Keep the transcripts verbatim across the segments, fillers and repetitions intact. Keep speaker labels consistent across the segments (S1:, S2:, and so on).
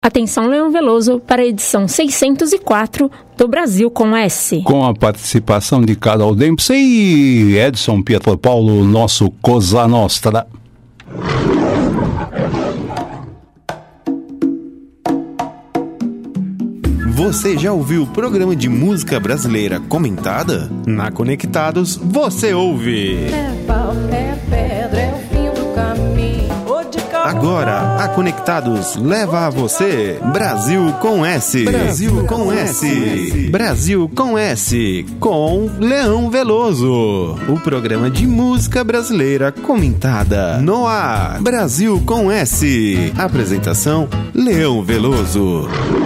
S1: Atenção, Leão Veloso, para a edição seiscentos e quatro do Brasil com S.
S2: Com a participação de Carol Dempsey e Edson Pietro Paulo, nosso Cosa Nostra.
S3: Você já ouviu o programa de música brasileira comentada? Na Conectados, você ouve.
S4: É pau, é pedra, é o fim do caminho.
S3: Agora, a Conectados leva a você Brasil com S. Brasil com S. Brasil com S. Com Leão Veloso. O programa de música brasileira comentada. No ar, Brasil com S. Apresentação, Leão Veloso.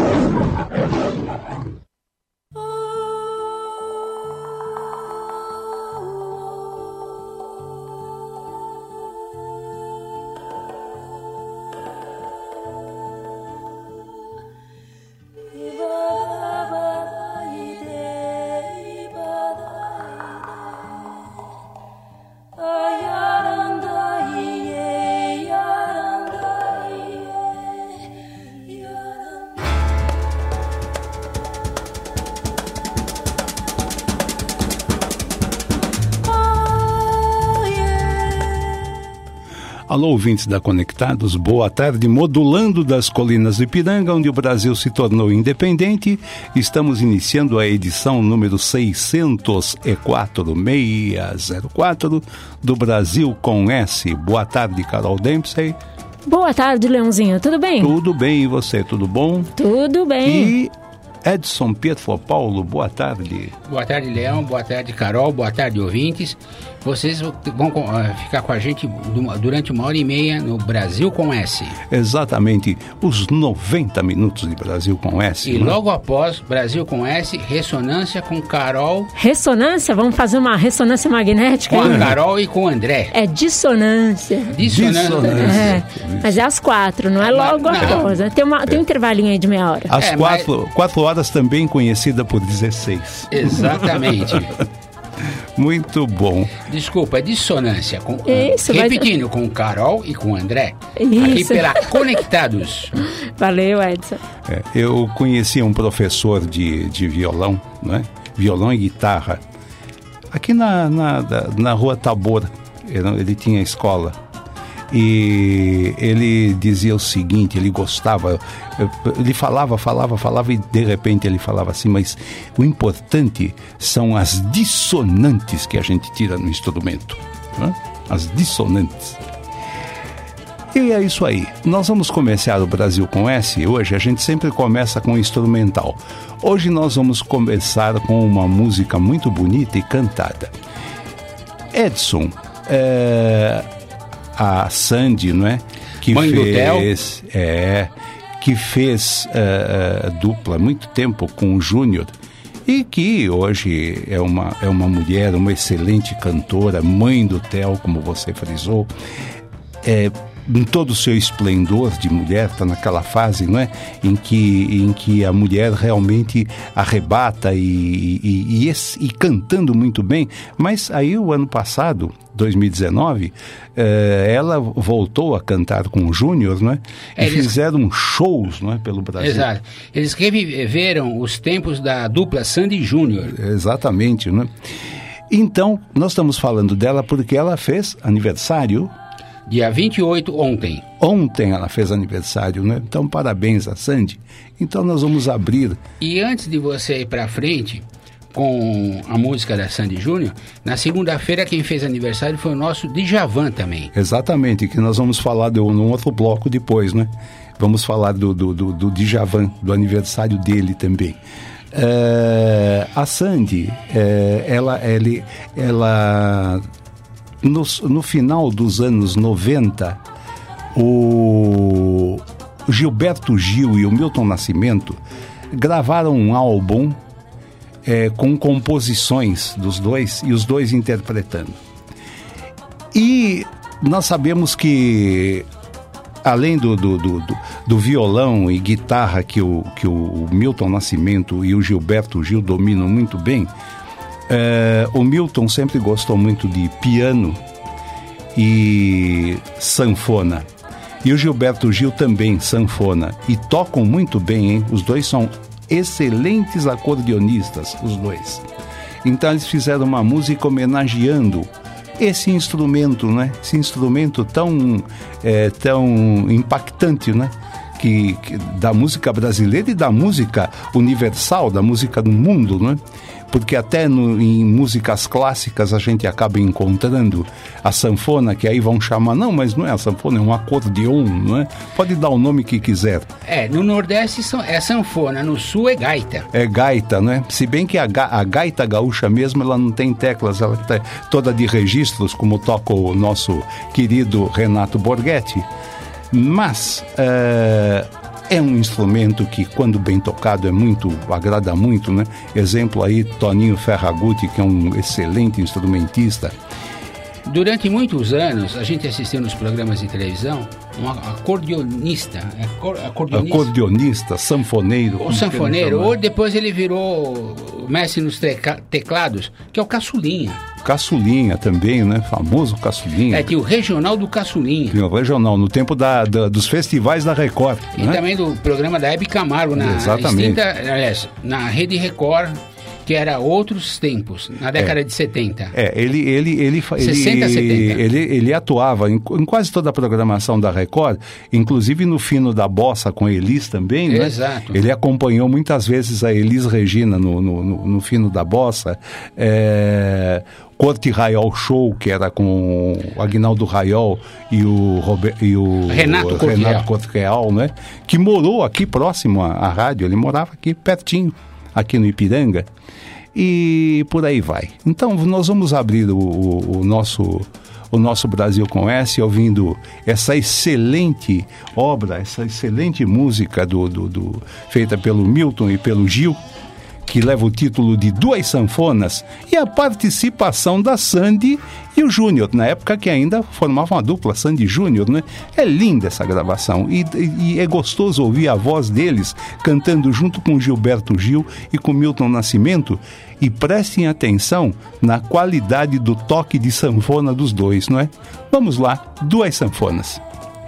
S2: Alô, ouvintes da Conectados, boa tarde. Modulando das colinas do Ipiranga, onde o Brasil se tornou independente, estamos iniciando a edição número seiscentos e quatro, seiscentos e quatro do Brasil com S. Boa tarde, Carol Dempsey.
S1: Boa tarde, Leãozinho, tudo bem?
S2: Tudo bem, e você, tudo bom?
S1: Tudo bem.
S2: E Edson Pietro Paulo, boa tarde.
S5: Boa tarde, Leão, boa tarde, Carol, boa tarde, ouvintes. Vocês vão uh, ficar com a gente durante uma hora e meia no Brasil com S.
S2: Exatamente, os noventa minutos de Brasil com S.
S5: E
S2: né?
S5: logo após Brasil com S, ressonância com Carol.
S1: Ressonância? Vamos fazer uma ressonância magnética?
S5: Com
S1: aí?
S5: a Carol e com o André.
S1: É dissonância.
S5: Dissonância.
S2: Dissonância.
S1: É, mas é às quatro, não é logo
S5: Não.
S1: após. Né? Tem, uma, tem um intervalinho aí de meia hora.
S2: Às
S5: É,
S2: quatro,
S5: mas-
S2: quatro horas, também conhecida por dezesseis.
S5: Exatamente.
S2: Muito bom.
S5: Desculpa, é dissonância. Com,
S1: Isso, vai-
S5: repetindo, com Carol e com o André.
S1: Isso.
S5: Aqui pela Conectados.
S1: Valeu, Edson.
S2: É, eu conheci um professor de, de violão, né? Violão e guitarra, aqui na, na, da- na rua Tabor. Ele, ele tinha escola. E ele dizia o seguinte, ele gostava, ele falava, falava, falava e de repente ele falava assim, mas o importante são as dissonantes que a gente tira no instrumento, né? As dissonantes. E é isso aí. Nós vamos começar o Brasil com S. Hoje a gente sempre começa com instrumental. Hoje nós vamos começar com uma música muito bonita e cantada. Edson, é, a Sandy, não é? Que
S5: Mãe do
S2: fez, é, que fez é, é, dupla há muito tempo com o Júnior e que hoje é uma, é uma mulher, uma excelente cantora, mãe do Theo, como você frisou. É, em todo o seu esplendor de mulher, está naquela fase, não é? Em que, em que a mulher realmente arrebata e, e, e, e, e cantando muito bem. Mas aí o ano passado, dois mil e dezenove, eh, ela voltou a cantar com o Júnior, não é? E
S5: É, eles-
S2: fizeram shows, não é? Pelo Brasil.
S5: Exato. Eles reviveram os tempos da dupla Sandy Júnior.
S2: Exatamente, não é? Então, nós estamos falando dela porque ela fez aniversário.
S5: Dia vinte e oito, ontem.
S2: Ontem ela fez aniversário, né? Então, parabéns a Sandy. Então, nós vamos abrir.
S5: E antes de você ir pra frente com a música da Sandy Júnior, na segunda-feira quem fez aniversário foi o nosso Djavan também.
S2: Exatamente, que nós vamos falar de, num outro bloco depois, né? Vamos falar do, do, do, do Djavan, do aniversário dele também. É, a Sandy, é, ela, ela, ela no, no final dos anos noventa, o Gilberto Gil e o Milton Nascimento gravaram um álbum é, com composições dos dois e os dois interpretando. E nós sabemos que, além do, do, do, do violão e guitarra que o, que o Milton Nascimento e o Gilberto Gil dominam muito bem, é, o Milton sempre gostou muito de piano e sanfona. E o Gilberto Gil também, sanfona. E tocam muito bem, hein? Os dois são excelentes acordeonistas, os dois. Então eles fizeram uma música homenageando esse instrumento, né? Esse instrumento tão, é, tão impactante, né? Que, que, da música brasileira e da música universal, da música do mundo, né? Porque até no, em músicas clássicas a gente acaba encontrando a sanfona, que aí vão chamar, não, mas não é a sanfona, é um acordeon, não é? Pode dar o nome que quiser.
S5: É, no Nordeste é sanfona, no Sul é gaita.
S2: É gaita, né? Se bem que a, ga, a gaita gaúcha mesmo, ela não tem teclas, ela está toda de registros, como toca o nosso querido Renato Borghetti. Mas é, é um instrumento que, quando bem tocado, é muito, agrada muito, né? Exemplo aí, Toninho Ferragutti, que é um excelente instrumentista.
S5: Durante muitos anos, a gente assistiu nos programas de televisão um acordeonista. Acordeonista,
S2: acordeonista sanfoneiro.
S5: O sanfoneiro, ou depois ele virou mestre nos teca- teclados, que é o Caçulinha.
S2: Caçulinha também, né? Famoso Caçulinha.
S5: É, tinha o Regional do Caçulinha.
S2: Tinha o Regional, no tempo da, da, dos festivais da Record.
S5: E
S2: né?
S5: também do programa da Hebe Camargo, na,
S2: Exatamente.
S5: extinta, aliás, na Rede Record, que era outros tempos, na década é. de setenta.
S2: É, ele, ele, ele,
S5: sessenta,
S2: ele,
S5: setenta.
S2: ele, ele atuava em, em quase toda a programação da Record, inclusive no Fino da Bossa com a Elis também, né?
S5: Exato.
S2: Ele acompanhou muitas vezes a Elis Regina no, no, no, no Fino da Bossa, é, Corte Raiol Show, que era com o Aguinaldo Raiol e o, Robert, e o
S5: Renato
S2: Corte Real, né? Que morou aqui próximo à, à rádio, ele morava aqui pertinho, aqui no Ipiranga. E por aí vai. Então nós vamos abrir o, o, o, nosso, o nosso Brasil com S, ouvindo essa excelente obra, essa excelente música do, do, do, feita pelo Milton e pelo Gil, que leva o título de Duas Sanfonas, e a participação da Sandy e o Júnior, na época que ainda formavam a dupla Sandy e Júnior, né? É linda essa gravação e, e é gostoso ouvir a voz deles cantando junto com Gilberto Gil e com Milton Nascimento, e prestem atenção na qualidade do toque de sanfona dos dois, não é? Vamos lá, Duas Sanfonas.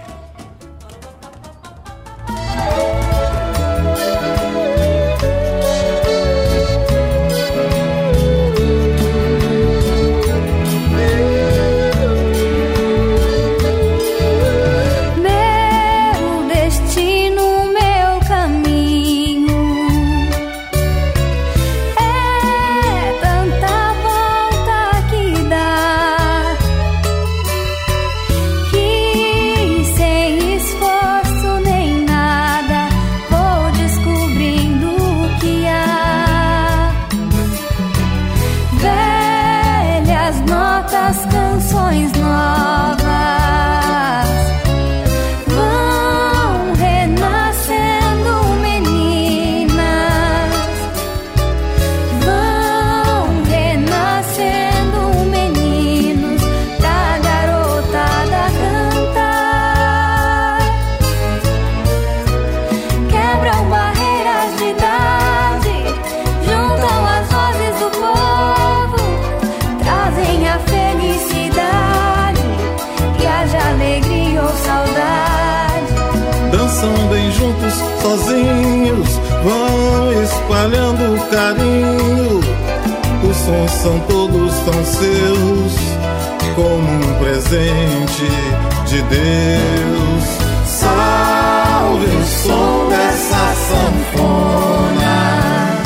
S6: Sozinhos vão espalhando carinho, os sons são todos tão seus, como um presente de Deus. Salve o som dessas sanfonas,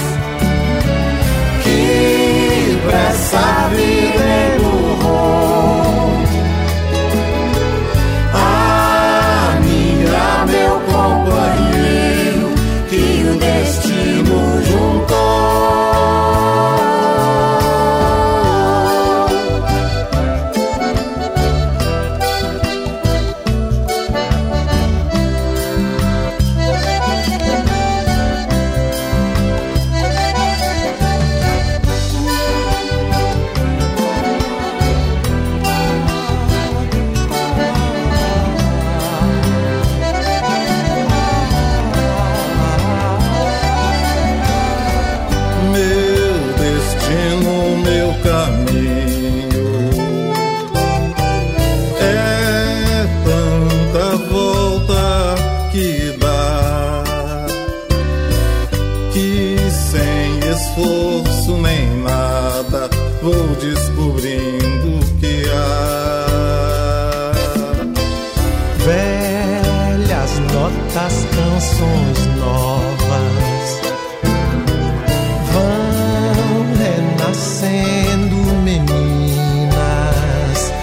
S6: que pressa vida emburrou. Amiga, meu companheiro, que o destino juntou. que sem esforço nem nada vou descobrindo o que há.
S7: Velhas notas, canções novas vão renascendo, meninas,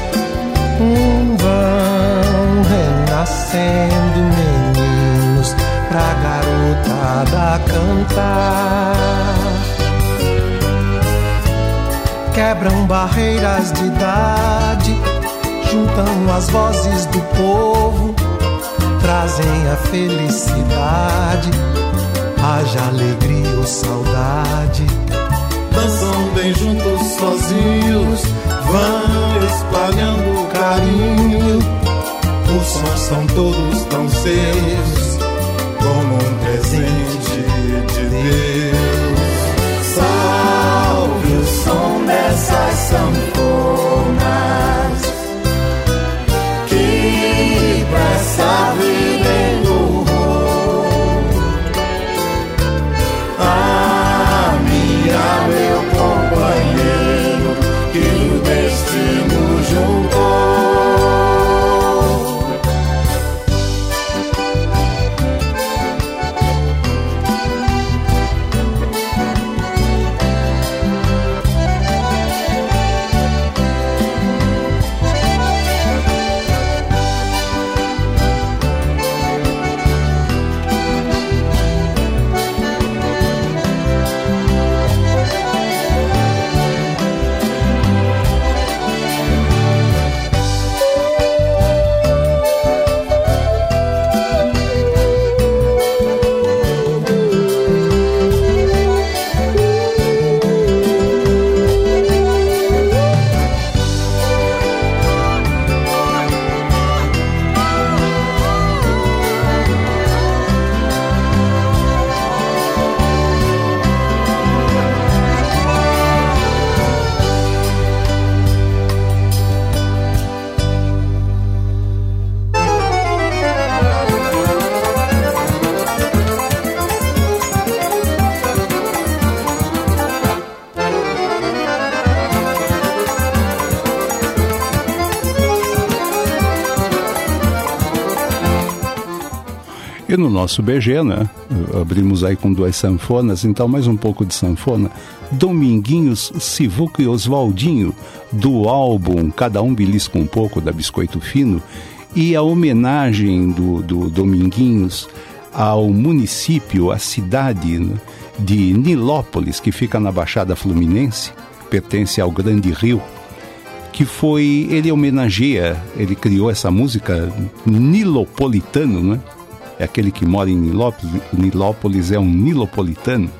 S7: vão renascendo, meninos, pra garotada cantar. Quebram barreiras de idade, juntam as vozes do povo, trazem a felicidade, haja alegria ou saudade.
S6: Dançam bem juntos, sozinhos, vão espalhando carinho. Os sons são todos tão seus, como um presente de Deus. Salve o som dessas sanfonas, que pra essa vida engorrou. Amiga, meu companheiro, que o destino juntou.
S2: E no nosso B G, né, abrimos aí com duas sanfonas, então mais um pouco de sanfona. Dominguinhos, Sivuca e Oswaldinho, do álbum Cada Um Belisca um Pouco, da Biscoito Fino, e a homenagem do, do Dominguinhos ao município, à cidade, né, de Nilópolis, que fica na Baixada Fluminense, pertence ao Grande Rio, que foi, ele homenageia, ele criou essa música nilopolitano, né? É aquele que mora em Nilópolis, Nilópolis é um nilopolitano,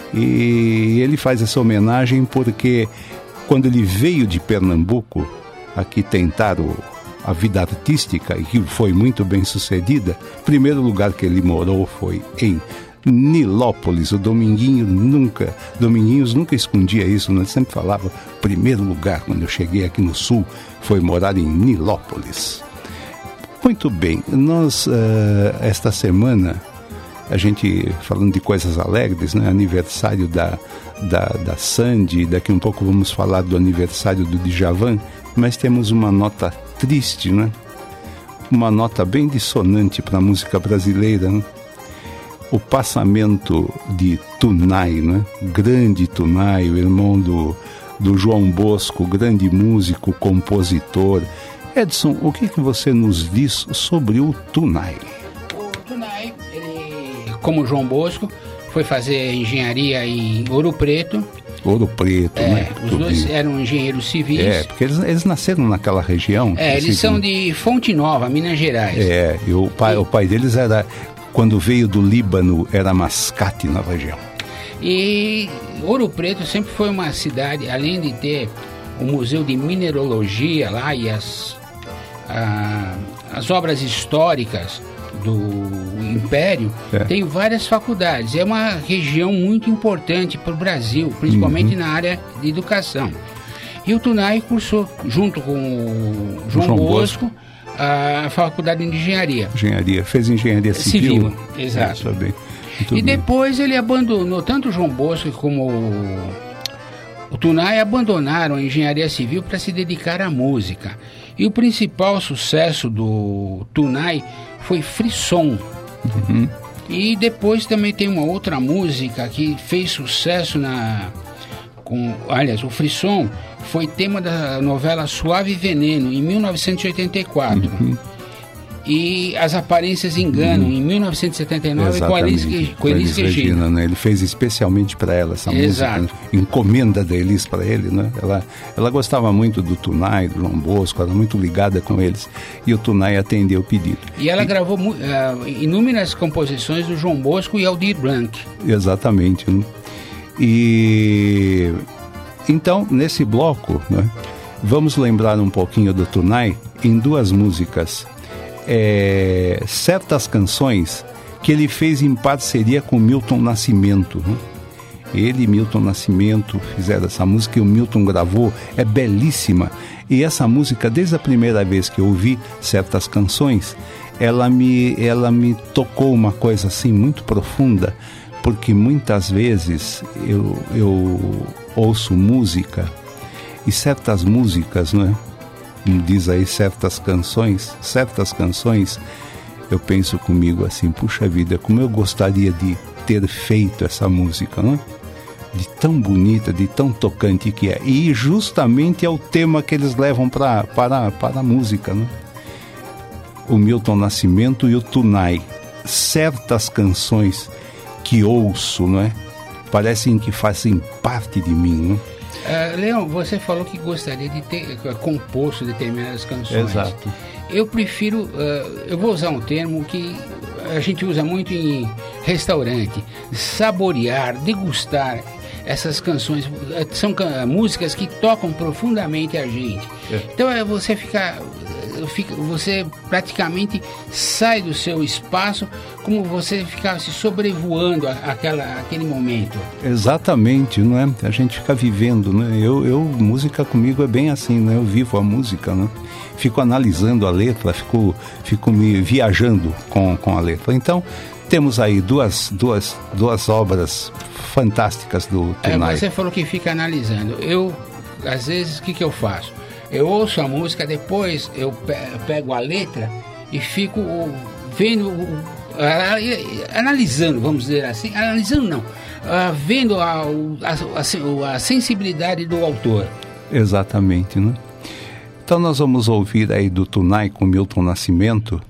S2: e ele faz essa homenagem porque quando ele veio de Pernambuco aqui tentar o, a vida artística, e que foi muito bem sucedida, o primeiro lugar que ele morou foi em Nilópolis. O Dominguinho nunca, Dominguinhos nunca escondia isso, né? Ele sempre falava, primeiro lugar quando eu cheguei aqui no sul foi morar em Nilópolis. Muito bem, nós, uh, esta semana, a gente, falando de coisas alegres, né? Aniversário da, da, da Sandy, daqui um pouco vamos falar do aniversário do Djavan, mas temos uma nota triste, né? Uma nota bem dissonante para a música brasileira, né? O passamento de Tunay, né? Grande Tunay, o irmão do, do João Bosco, grande músico, compositor. Edson, o que, que você nos diz sobre o Tunay?
S5: O Tunay, ele, como João Bosco, foi fazer engenharia em Ouro Preto.
S2: Ouro Preto,
S5: é,
S2: né?
S5: Os dois bem. Eram engenheiros civis.
S2: É, porque eles, eles nasceram naquela região.
S5: É, eles são de Fonte Nova, Minas Gerais.
S2: É, e o pai, e... o pai deles era, quando veio do Líbano, era mascate na região.
S5: E Ouro Preto sempre foi uma cidade, além de ter o Museu de Mineralogia lá e as, a, as obras históricas do Império, é. Tem várias faculdades. É uma região muito importante para o Brasil, principalmente uhum. na área de educação. E o Tunay cursou, junto com o João, João Bosco, Bosco, a faculdade de engenharia.
S2: Engenharia, fez engenharia civil.
S5: Civil, exato.
S2: É, Muito
S5: e
S2: bem.
S5: depois ele abandonou, tanto o João Bosco como o, o Tunay abandonaram a engenharia civil para se dedicar à música. E o principal sucesso do Tunay foi Frisson.
S2: Uhum.
S5: E depois também tem uma outra música que fez sucesso na... Com, aliás, o Frisson foi tema da novela Suave Veneno, em mil novecentos e oitenta e quatro. Uhum. E As Aparências Enganam, uhum. em mil novecentos e setenta e nove,
S2: Exatamente.
S5: com Elis, com Elis Regina. Regina,
S2: né? Ele fez especialmente para ela essa
S5: Exato.
S2: música, encomenda da Elis para ele. Né? Ela, ela gostava muito do Tunay, do João Bosco, era muito ligada com eles. E o Tunay atendeu o pedido.
S5: E ela e, gravou uh, inúmeras composições do João Bosco e Aldir Blanc.
S2: Exatamente. Né? E então, nesse bloco, né, vamos lembrar um pouquinho do Tunay em duas músicas. É, certas canções que ele fez em parceria com Milton Nascimento. Né? Ele e Milton Nascimento fizeram essa música e o Milton gravou, é belíssima. E essa música, desde a primeira vez que eu ouvi certas canções, ela me, ela me tocou uma coisa assim muito profunda, porque muitas vezes eu, eu ouço música e certas músicas, né? Como diz aí, certas canções, certas canções, eu penso comigo assim, puxa vida, como eu gostaria de ter feito essa música, não é? De tão bonita, de tão tocante que é. E justamente é o tema que eles levam pra, para, para a música, não é? O Milton Nascimento e o Tunay. Certas canções que ouço, não é? Parecem que fazem parte de mim, não é?
S5: Uh, Leão, você falou que gostaria de ter uh, composto determinadas canções.
S2: Exato.
S5: Eu prefiro, uh, eu vou usar um termo que a gente usa muito em restaurante, saborear, degustar essas canções. Uh, são uh, músicas que tocam profundamente a gente. É. Então é você ficar... você praticamente sai do seu espaço como você ficasse sobrevoando aquela, aquele momento.
S2: Exatamente, não é? A gente fica vivendo, né? Eu, eu, música comigo é bem assim, né? Eu vivo a música, né? Fico analisando a letra, fico, fico me viajando com, com a letra. Então, temos aí duas, duas, duas obras fantásticas do Tunay.
S5: É, você falou que fica analisando. Eu, às vezes, o que, que eu faço? Eu ouço a música, depois eu pego a letra e fico vendo, analisando, vamos dizer assim, analisando não, vendo a, a, a sensibilidade do autor.
S2: Exatamente, né? Então nós vamos ouvir aí do Tunay com Milton Nascimento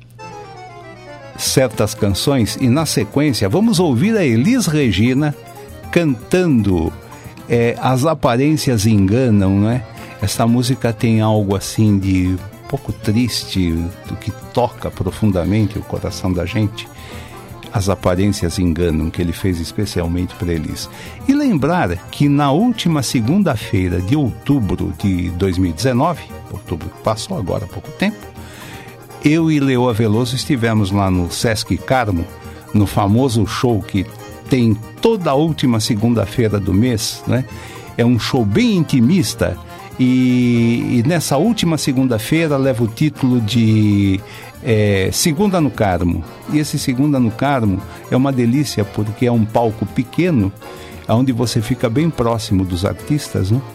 S2: certas canções e na sequência vamos ouvir a Elis Regina cantando é, As Aparências Enganam, não é? Essa música tem algo assim de um pouco triste, do que toca profundamente o coração da gente. As Aparências Enganam, que ele fez especialmente para Elis. E lembrar que na última segunda-feira de outubro de dois mil e dezenove, outubro que passou agora há pouco tempo, eu e Leoa Veloso estivemos lá no Sesc Carmo, no famoso show que tem toda a última segunda-feira do mês, né? É um show bem intimista. E, e nessa última segunda-feira leva o título de é, Segunda no Carmo. E esse Segunda no Carmo é uma delícia porque é um palco pequeno, onde você fica bem próximo dos artistas, né?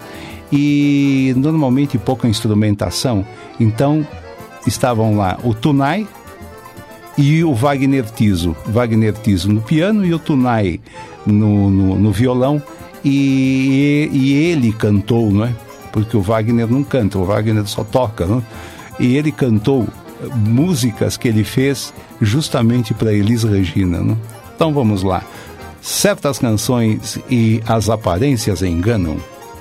S2: E normalmente pouca instrumentação. Então estavam lá o Tunay e o Wagner Tiso. Wagner Tiso no piano e o Tunay no, no, no violão. E, e ele cantou, não é? Porque o Wagner não canta, o Wagner só toca, não? E ele cantou músicas que ele fez justamente para Elis Regina, não? Então vamos lá. Certas canções e As Aparências Enganam.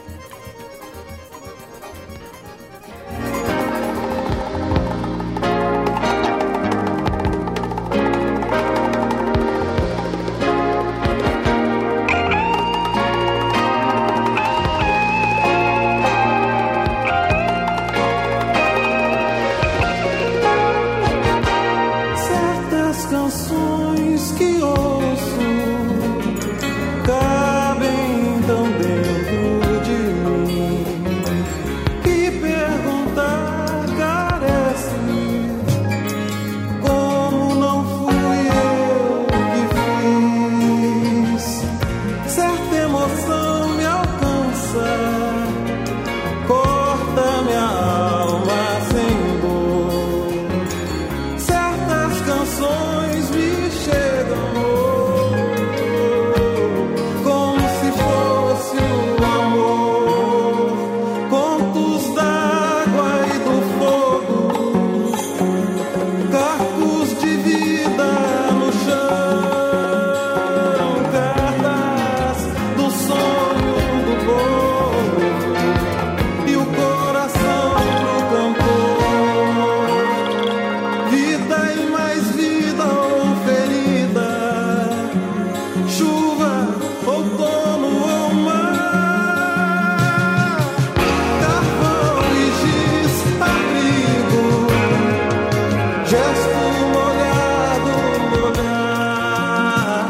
S6: Canções que ouço cabem tão dentro
S7: outono ou mar, carvão e giz, abrigo, gesto molhado no olhar,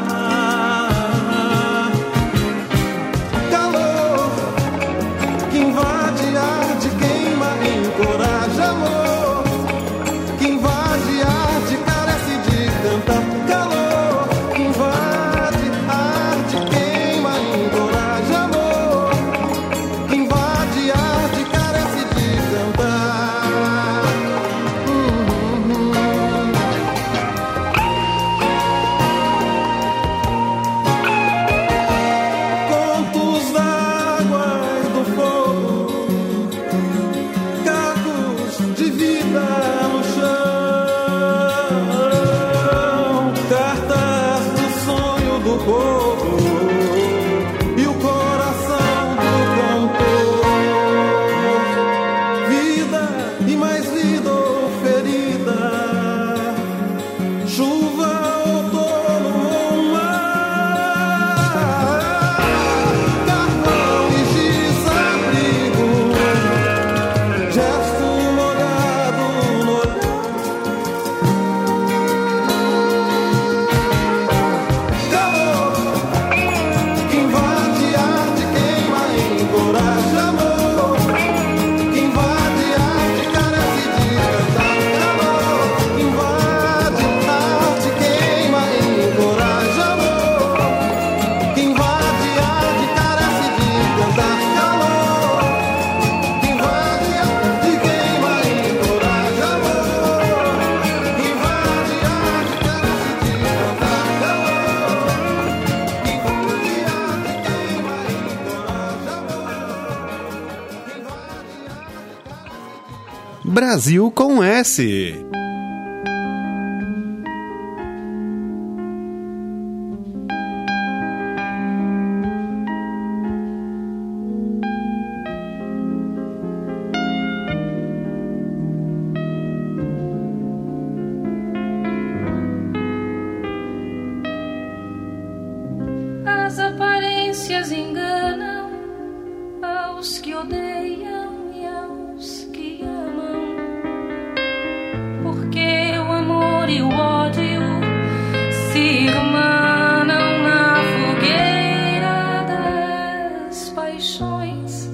S7: calor que invade, arde, queima, encoraja, amor que invade, arde, carece de cantar, calor que invade, arde, queima, encoraja, amor que invade, arde, carece de cantar. Contos d'água e do fogo, cacos de vida no chão, cartas do sonho do povo e o coração do cantor, vida e mais vida ou ferida, chuva, outono ou mar, carvão e giz, abrigo, gesto molhado no olhar, calor que invade, arde, queima, encoraja, amor que invade, arde, carece de cantar, calor que invade, arde, queima, encoraja, amor que invade, arde, carece de cantar, calor que invade, arde, queima, encoraja, amor que invade, arde, carece de cantar, calor que invade, arde, queima, encoraja, amor.
S3: Brasil com S.
S8: As aparências enganam aos que odeiam e aos que amam, porque o amor e o ódio se irmanam na fogueira das paixões.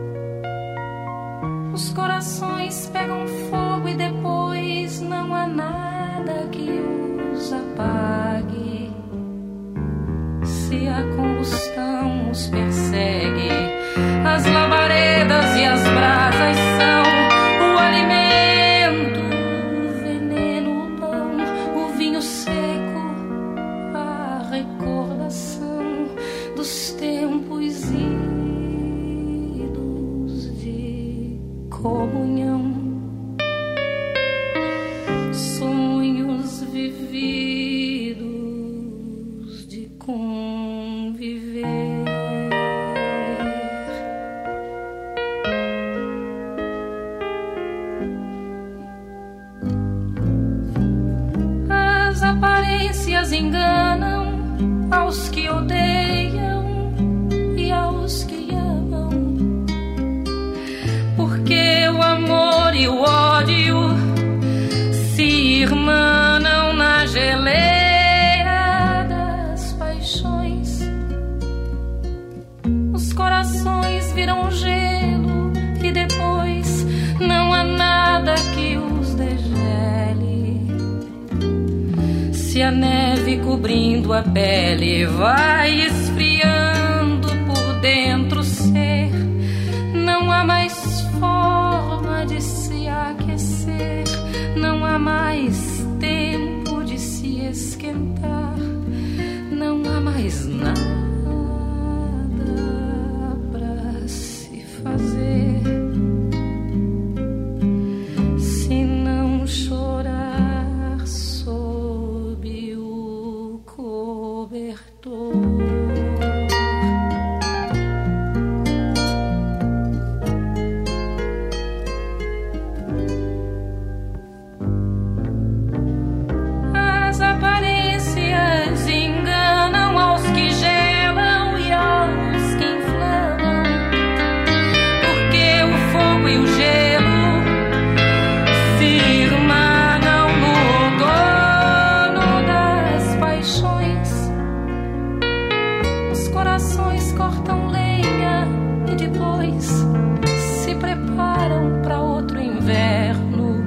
S8: Os corações pegam fogo e depois não há nada que os apague. Se a combustão os persegue, as labaredas e as brasas são o alimento, o veneno, o pão, o vinho seco, a recordação dos tempos idos de comunhão, sonhos vividos de conviver. As aparências enganam aos que odeiam e aos que amam, porque o amor e o ódio se irmanam na geleira das paixões. Os corações viram gelo e depois não há nada que os degele. Se a neve cobrindo a pele vai esfriando por dentro o ser, não há mais forma de se aquecer, não há mais tempo de se esquentar, não há mais nada pra se fazer, se não chorar sob o cobertor. As aparências enganam aos que gelam e corações cortam lenha e depois se preparam para outro inverno.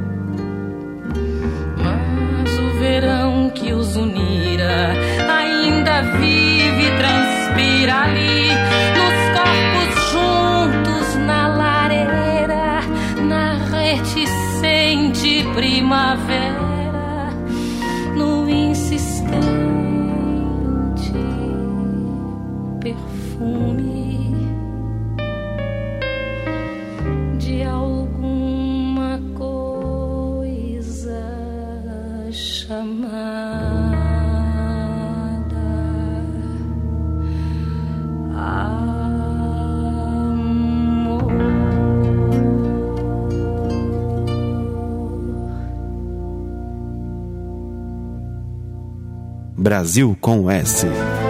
S8: Mas o verão que os unira ainda vive e transpira ali, nos corpos juntos na lareira, na reticente primavera, no insistente perfume de alguma coisa chamada amor.
S3: Brasil com S.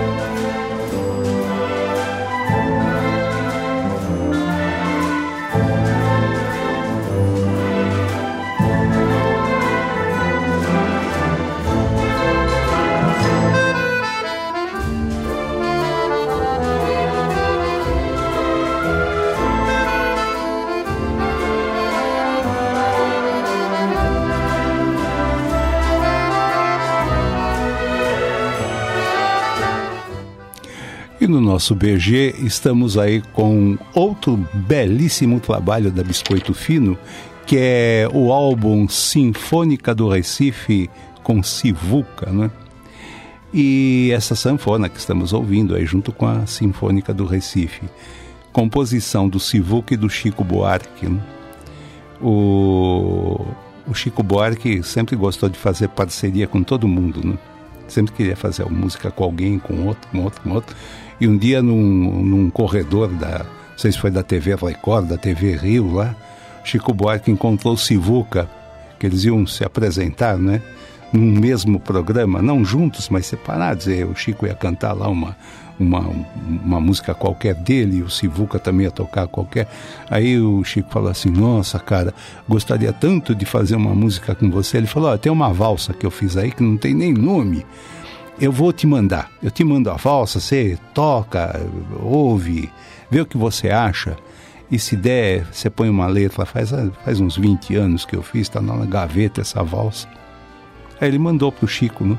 S2: E no nosso B G estamos aí com outro belíssimo trabalho da Biscoito Fino, que é o álbum Sinfônica do Recife com Sivuca, né? E essa sanfona que estamos ouvindo aí junto com a Sinfônica do Recife, composição do Sivuca e do Chico Buarque, né? O, o Chico Buarque sempre gostou de fazer parceria com todo mundo, né? Sempre queria fazer música com alguém, com outro, com outro, com outro. E um dia num, num corredor da, não sei se foi da T V Record, da T V Rio lá, Chico Buarque encontrou o Sivuca, que eles iam se apresentar, né? Num mesmo programa, não juntos, mas separados. E o Chico ia cantar lá uma, uma, uma música qualquer dele, e o Sivuca também ia tocar qualquer. Aí o Chico falou assim: nossa, cara, gostaria tanto de fazer uma música com você. Ele falou: ó, tem uma valsa que eu fiz aí que não tem nem nome. Eu vou te mandar, eu te mando a valsa, você toca, ouve, vê o que você acha, e se der, você põe uma letra. Faz, faz uns vinte anos que eu fiz, está na gaveta essa valsa. Aí ele mandou pro Chico, né?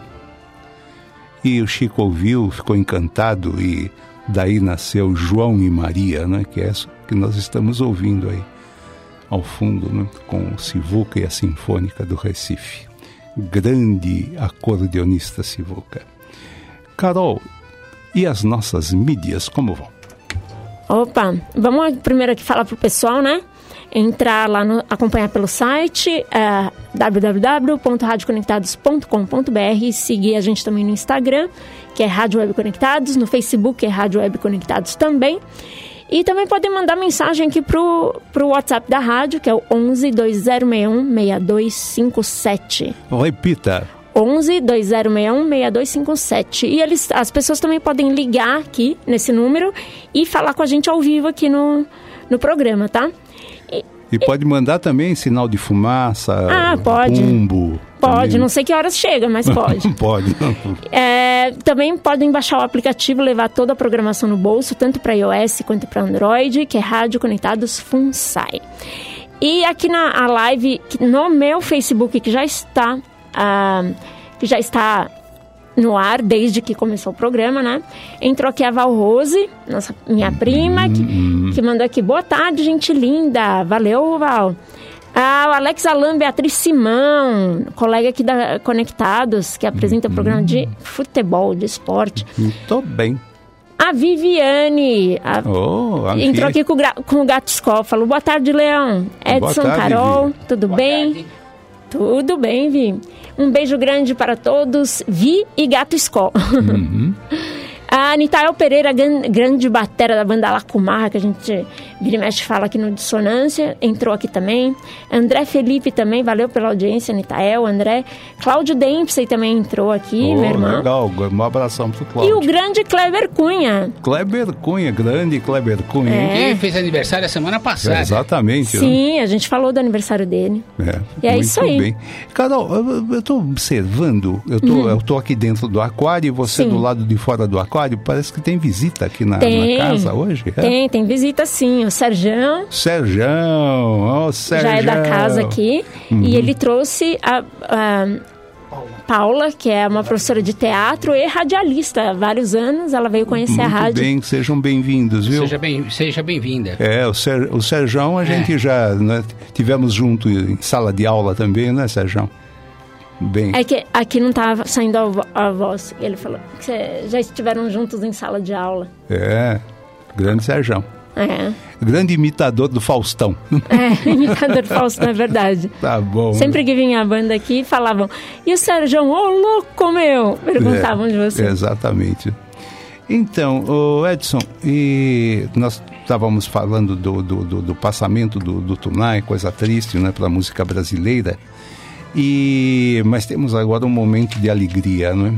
S2: E o Chico ouviu, ficou encantado, e daí nasceu João e Maria, né? Que é essa que nós estamos ouvindo aí ao fundo, né? Com o Sivuca e a Sinfônica do Recife. Grande acordeonista Sivuca. Carol, e as nossas mídias, como vão?
S1: Opa, vamos primeiro aqui falar pro pessoal, né? Entrar lá, no, acompanhar pelo site é, w w w ponto rádio conectados ponto com ponto b r, seguir a gente também no Instagram, que é Rádio Web Conectados, no Facebook é Rádio Web Conectados também. E também podem mandar mensagem aqui pro, pro WhatsApp da rádio, que é o onze, dois zero seis um, seis dois cinco sete.
S2: Repita.
S1: onze, dois zero seis um, seis dois cinco sete. E eles, as pessoas também podem ligar aqui nesse número e falar com a gente ao vivo aqui no, no programa, tá?
S2: E, e pode mandar também sinal de fumaça,
S1: ah, pode.
S2: Bumbo.
S1: Pode,
S2: também.
S1: Não sei que horas chega, mas pode.
S2: Pode.
S1: É, também podem baixar o aplicativo, levar toda a programação no bolso, tanto para iOS quanto para Android, que é Rádio Conectados FUNSAI. E aqui na a live, no meu Facebook, que já está, uh, que já está no ar desde que começou o programa, né? Entrou aqui a Val Rose, nossa, minha prima, que, que mandou aqui: boa tarde, gente linda. Valeu, Val. Ah, o Alex Alan, Beatriz Simão, colega aqui da Conectados, que apresenta o programa de futebol, de esporte.
S2: Muito bem.
S1: A Viviane, a,
S2: oh, a
S1: entrou aqui com o, com o Gato Escola, falou: boa tarde, Leão. Edson, tarde, Carol, Vi. Tudo boa bem? Tarde. Tudo bem, Vi. Um beijo grande para todos, Vi e Gato Escola. Uhum. A Nitael Pereira, grande batera da banda Lacumarra, que a gente vira e mexe fala aqui no Dissonância, entrou aqui também. André Felipe também, valeu pela audiência, Nitael, André. Cláudio Dempsey também entrou aqui,
S2: Oh,
S1: meu irmão.
S2: legal, um abração pro
S1: E
S2: Cláudio.
S1: o grande Kleber Cunha.
S2: Kleber Cunha, grande Kleber Cunha. hein?
S1: É.
S5: Ele fez aniversário a semana passada.
S2: Exatamente. né?
S1: Sim, a gente falou do aniversário dele.
S2: É,
S1: E é
S2: muito
S1: isso aí.
S2: bem. Carol, eu- eu estou observando, eu tô,
S1: Uhum.
S2: eu tô aqui dentro do aquário e você
S1: Sim.
S2: do lado de fora do aquário, parece que tem visita aqui na,
S1: Tem.
S2: na casa hoje. É?
S1: Tem, tem visita sim. O Serjão
S2: Serjão, ó, Serjão.
S1: já é da casa aqui.
S2: Uhum.
S1: E ele trouxe a, a Paula, que é uma professora de teatro e radialista há vários anos. Ela veio conhecer a
S2: Muito
S1: rádio.
S2: bem, sejam bem-vindos, viu?
S5: Seja bem, seja bem-vinda.
S2: É, o, Ser, o Serjão a gente já né, tivemos junto em sala de aula também, né, Serjão? Bem,
S1: É que aqui não estava saindo a, vo- a voz. Ele falou que cê- já estiveram juntos em sala de aula.
S2: é, grande Serjão.
S1: É,
S2: Grande imitador do Faustão.
S1: é imitador falso, não é verdade.
S2: Tá bom.
S1: Sempre que vinha a banda aqui, falavam, e o Serjão, ô louco meu! Perguntavam
S2: É,
S1: de você.
S2: Exatamente. Então, o Edson, e nós estávamos falando do, do, do, do passamento do, do Tunai, coisa triste, né, para a música brasileira. E mas temos agora um momento de alegria, não é?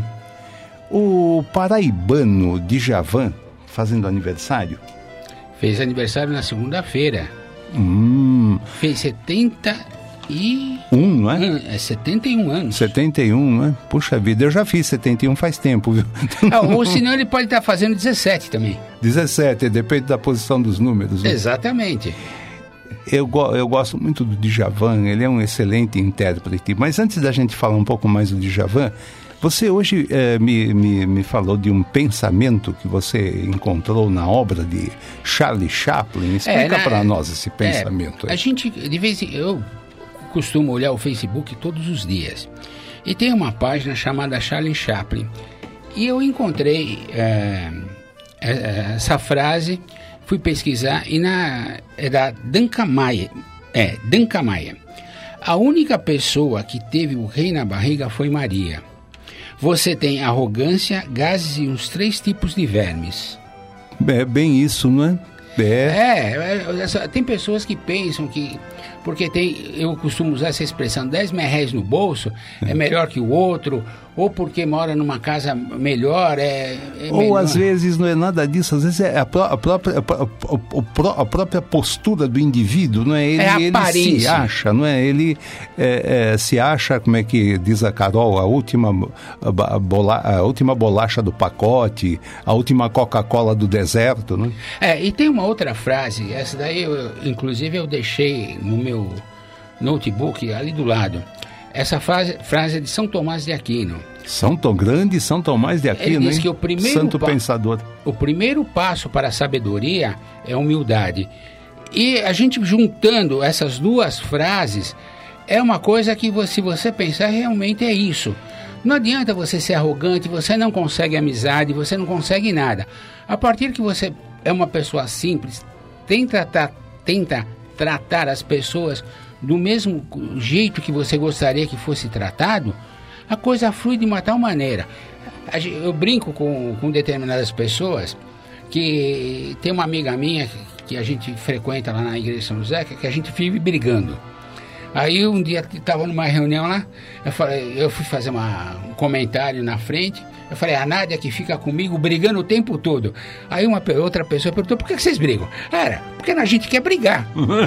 S2: O paraibano Djavan fazendo aniversário.
S5: Fez aniversário na segunda-feira.
S2: Hum,
S5: Fez setenta e...
S2: um, não é?
S5: Hum, é setenta e um anos.
S2: setenta e um, né? Puxa vida, eu já fiz setenta e um faz tempo, viu?
S5: Ah, ou senão ele pode estar fazendo dezessete também.
S2: dezessete, depende da posição dos números. Né?
S5: Exatamente.
S2: Eu, go- eu gosto muito do Djavan, ele é um excelente intérprete. Mas antes da gente falar um pouco mais do Djavan, você hoje eh, me, me, me falou de um pensamento que você encontrou na obra de Charlie Chaplin. Explica
S5: É, na-
S2: para nós esse pensamento.
S5: É,
S2: aí.
S5: a gente, de vez em eu costumo olhar o Facebook todos os dias. E tem uma página chamada Charlie Chaplin. E eu encontrei é, é, essa frase, fui pesquisar, e na, é da Danca Maia. É, Danca Maia. A única pessoa que teve o rei na barriga foi Maria. Você tem arrogância, gases e uns três tipos de vermes.
S2: É bem isso, não é? É.
S5: É, é, essa- tem pessoas que pensam que... Porque tem, eu costumo usar essa expressão, dez mil réis no bolso é melhor que o outro, ou porque mora numa casa melhor, é, é
S2: Ou
S5: melhor.
S2: às vezes não é nada disso, às vezes é a, pró- a própria, a, pró- o pró- a própria postura do indivíduo, não é? Ele,
S5: É a
S2: ele se
S5: aparência.
S2: acha, não é? Ele é, é, se acha, como é que diz a Carol, a última, a, ba- a bola, a última bolacha do pacote, a última Coca-Cola do deserto, né?
S5: É, e tem uma outra frase, essa daí, eu, inclusive, eu deixei no meu notebook ali do lado. Essa frase, frase é de São Tomás de Aquino.
S2: São Tom Grande, São Tomás de Aquino,
S5: Ele diz
S2: hein?
S5: que o primeiro
S2: Santo
S5: pa-
S2: pensador.
S5: O primeiro passo para a sabedoria é a humildade. E a gente juntando essas duas frases, é uma coisa que, você, se você pensar, realmente é isso. Não adianta você ser arrogante, você não consegue amizade, você não consegue nada. A partir que você é uma pessoa simples, tenta, tra- tenta tratar as pessoas do mesmo jeito que você gostaria que fosse tratado, a coisa flui de uma tal maneira. A gen- Eu brinco com, com determinadas pessoas, que tem uma amiga minha que- que a gente frequenta lá na igreja de São José, que que a gente vive brigando. Aí um dia que estava numa reunião lá, eu, falei, eu fui fazer uma, um comentário na frente, eu falei, a Nádia que fica comigo brigando o tempo todo. Aí uma pe- outra pessoa perguntou, por que que vocês brigam? Era, porque a gente quer brigar.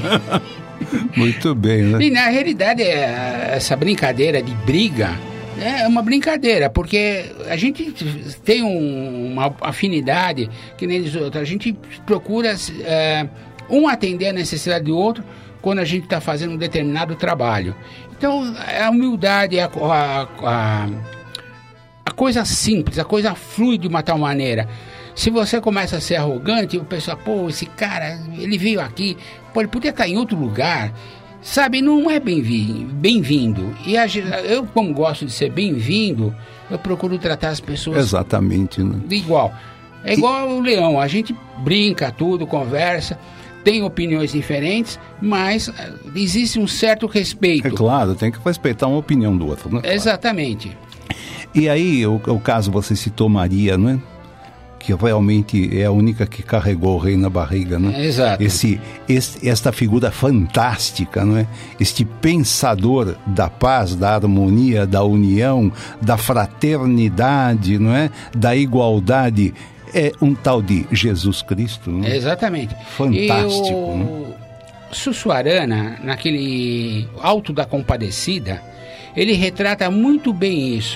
S2: Muito bem, né?
S5: E na realidade, é, essa brincadeira de briga é uma brincadeira, porque a gente tem um- uma afinidade que nem os outros. A gente procura é, um atender a necessidade do outro quando a gente está fazendo um determinado trabalho. Então, a humildade, a, a, a, a coisa simples, a coisa flui de uma tal maneira. Se você começa a ser arrogante, o pessoal, pô, esse cara, ele veio aqui, pô, ele podia estar em outro lugar, sabe? Não é bem-vindo. Bem-vindo. E a gen- eu, como gosto de ser bem-vindo, eu procuro tratar as pessoas
S2: Exatamente, né?
S5: de igual. É igual o Leão, a gente brinca tudo, conversa, tem opiniões diferentes, mas ah, existe um certo respeito.
S2: É claro, tem que respeitar uma opinião do outro, né?
S5: Exatamente.
S2: E aí, o, o caso você citou Maria, não é? que realmente é a única que carregou o rei na barriga, né?
S5: Exato.
S2: Esse, esse, esta figura fantástica, não é? Este pensador da paz, da harmonia, da união, da fraternidade, não é? Da igualdade, é um tal de Jesus Cristo, não é?
S5: Exatamente.
S2: Fantástico,
S5: E o
S2: né?
S5: Sussuarana, naquele Alto da Compadecida, ele retrata muito bem isso.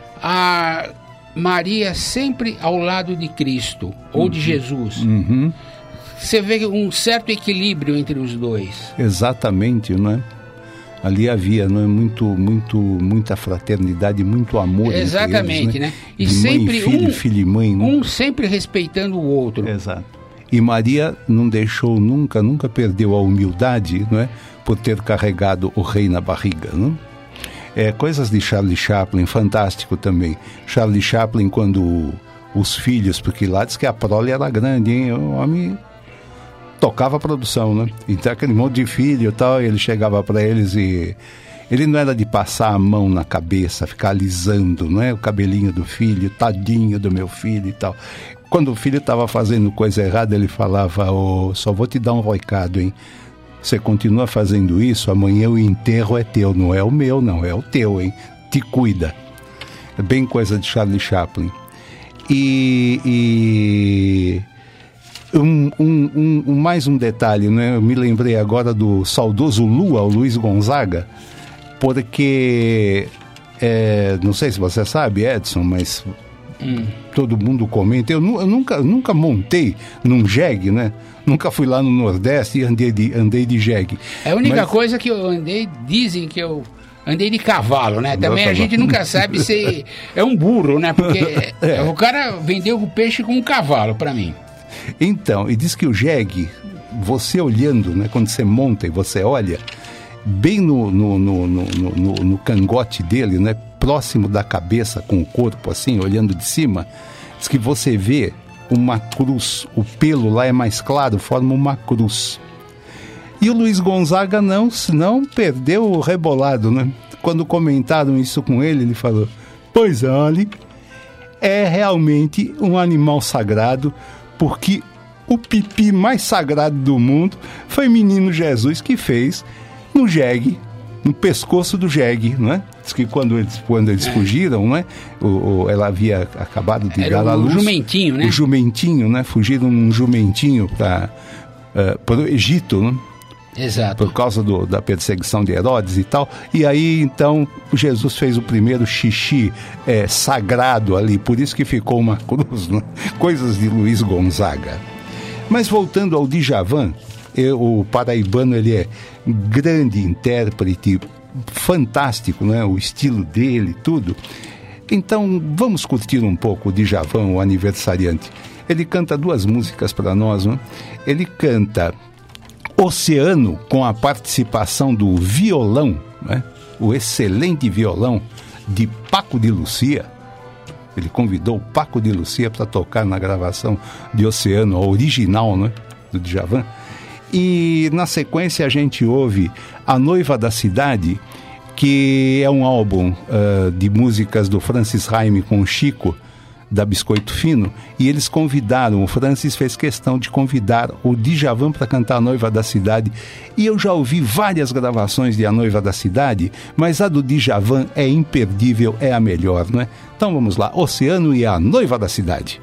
S5: A Maria sempre ao lado de Cristo, ou
S2: uhum.
S5: de Jesus.
S2: Uhum.
S5: Você vê um certo equilíbrio entre os dois.
S2: Exatamente, não é? Ali havia, não é, muito, muito, muita fraternidade, muito amor.
S5: Exatamente,
S2: entre eles, né?
S5: né? E
S2: de
S5: sempre
S2: mãe e filho,
S5: um,
S2: filho e mãe, né?
S5: um sempre respeitando o outro.
S2: Exato. E Maria não deixou nunca, nunca perdeu a humildade, não é? Por ter carregado o rei na barriga, não? É, coisas de Charlie Chaplin, fantástico também. Charlie Chaplin, quando os filhos, porque lá diz que a prole era grande, hein? O homem tocava a produção, né? Então aquele monte de filho e tal, ele chegava para eles e ele não era de passar a mão na cabeça, ficar alisando, não é? O cabelinho do filho, tadinho do meu filho e tal. Quando o filho estava fazendo coisa errada, ele falava, oh, só vou te dar um recado, hein? Você continua fazendo isso, amanhã o enterro é teu, não é o meu, não, é o teu, hein? Te cuida. É bem coisa de Charlie Chaplin. E, e um, um, um, mais um detalhe, né? Eu me lembrei agora do saudoso Lua, o Luiz Gonzaga, porque, é, não sei se você sabe, Edson, mas hum. todo mundo comenta, eu, eu nunca, nunca montei num jegue, né? Nunca fui lá no Nordeste e andei de, andei de jegue.
S5: É a única
S2: mas...
S5: coisa que eu andei, dizem que eu andei de cavalo, né? Também a gente nunca sabe se é um burro, né? Porque é. o cara vendeu o peixe com um cavalo para mim.
S2: Então, e diz que o jegue, você olhando, né? Quando você monta e você olha, bem no, no, no, no, no, no cangote dele, né? Próximo da cabeça com o corpo, assim, olhando de cima, diz que você vê uma cruz, o pelo lá é mais claro, forma uma cruz. E o Luiz Gonzaga não, não perdeu o rebolado, né? Quando comentaram isso com ele, ele falou, pois olhe, é realmente um animal sagrado, porque o pipi mais sagrado do mundo foi menino Jesus que fez no jegue, no pescoço do jegue, não é? Diz que quando eles, quando eles fugiram, não é? O, o, ela havia acabado de dar a luz.
S5: O jumentinho, né?
S2: O jumentinho, né? Fugiram num jumentinho para uh, o Egito, né?
S5: Exato.
S2: Por causa do, da perseguição de Herodes e tal. E aí, então, Jesus fez o primeiro xixi é, sagrado ali, por isso que ficou uma cruz, né? Coisas de Luiz Gonzaga. Mas voltando ao Djavan, eu, o paraibano, ele é grande intérprete, fantástico, né? O estilo dele, tudo. Então, vamos curtir um pouco o Djavan, o aniversariante. Ele canta duas músicas para nós, né? Ele canta Oceano, com a participação do violão, né? O excelente violão de Paco de Lucia. Ele convidou o Paco de Lucia para tocar na gravação de Oceano, a original, né? Do Djavan. E na sequência a gente ouve A Noiva da Cidade, que é um álbum uh, de músicas do Francis Raime com o Chico, da Biscoito Fino, e eles convidaram, o Francis fez questão de convidar o Djavan para cantar A Noiva da Cidade, e eu já ouvi várias gravações de A Noiva da Cidade, mas a do Djavan é imperdível, é a melhor, não é? Então vamos lá, Oceano e A Noiva da Cidade.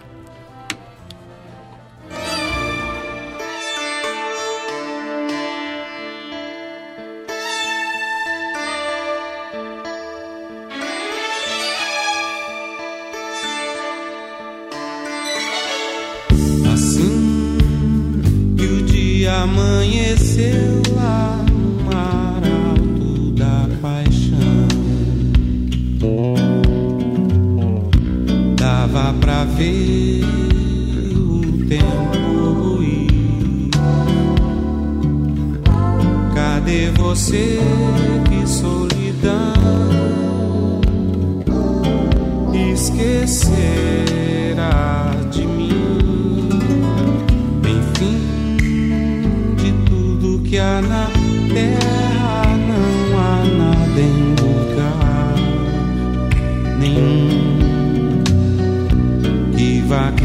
S9: Amanheceu lá no mar alto da paixão. Dava pra ver o tempo ir. Cadê você, que solidão? Esquecerá de mim. Que a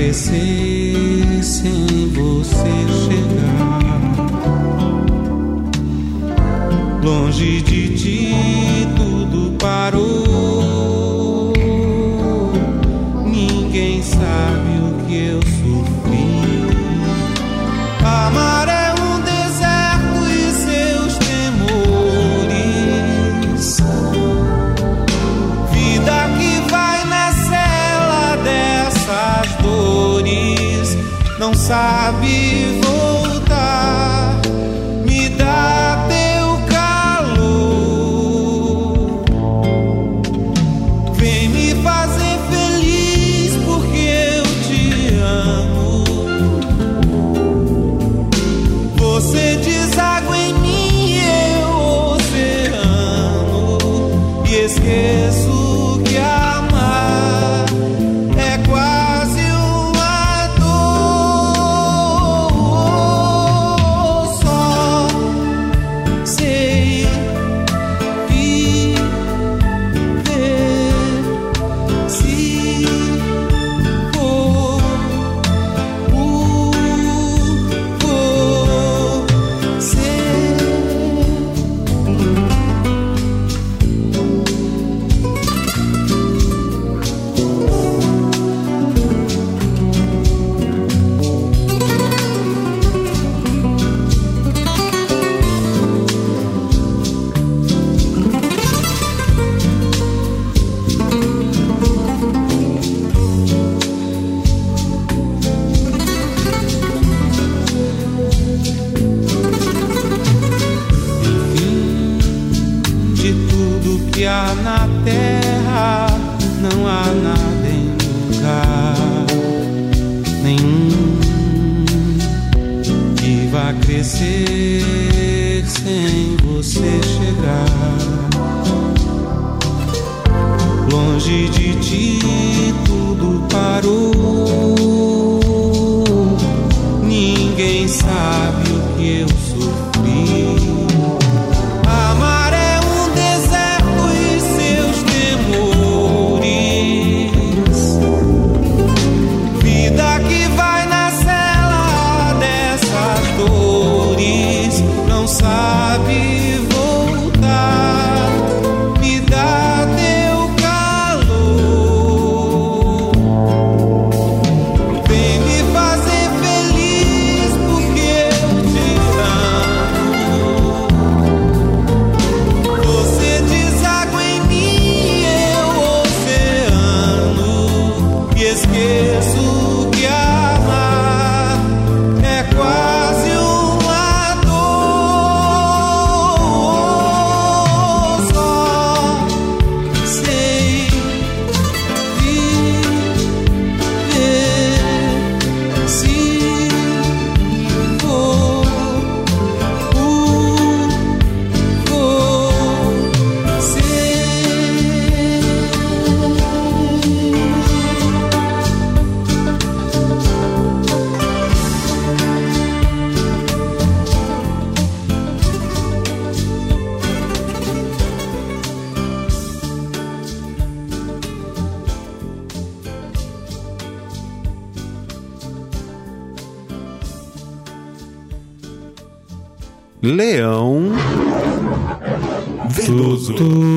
S9: crescer sem você chegar. Longe de ti tudo parou. Ninguém sabe o que eu sofri. Amar é um deserto e seus temores. Vida que vai na cela dessas dores. Não sabe voltar. Me dá teu calor. Vem me fazer feliz porque eu te amo. Você deságua em mim, eu oceano. E esqueço que amar é quase uma dor. Só sei viver se for por você. De tudo que há na terra, não há nada em lugar nenhum que vá crescer sem você chegar. Longe de ti tudo parou. Ninguém sabe o que eu sofri. Amar é um deserto e seus temores. Vida que vai na cela dessas dores. Não sabe voltar. Me dá teu calor. Vem me fazer feliz porque eu te amo. Você deságua em mim, eu oceano. E esqueço que amar é quase uma dor. Só sei viver se for
S3: Leão Veloso.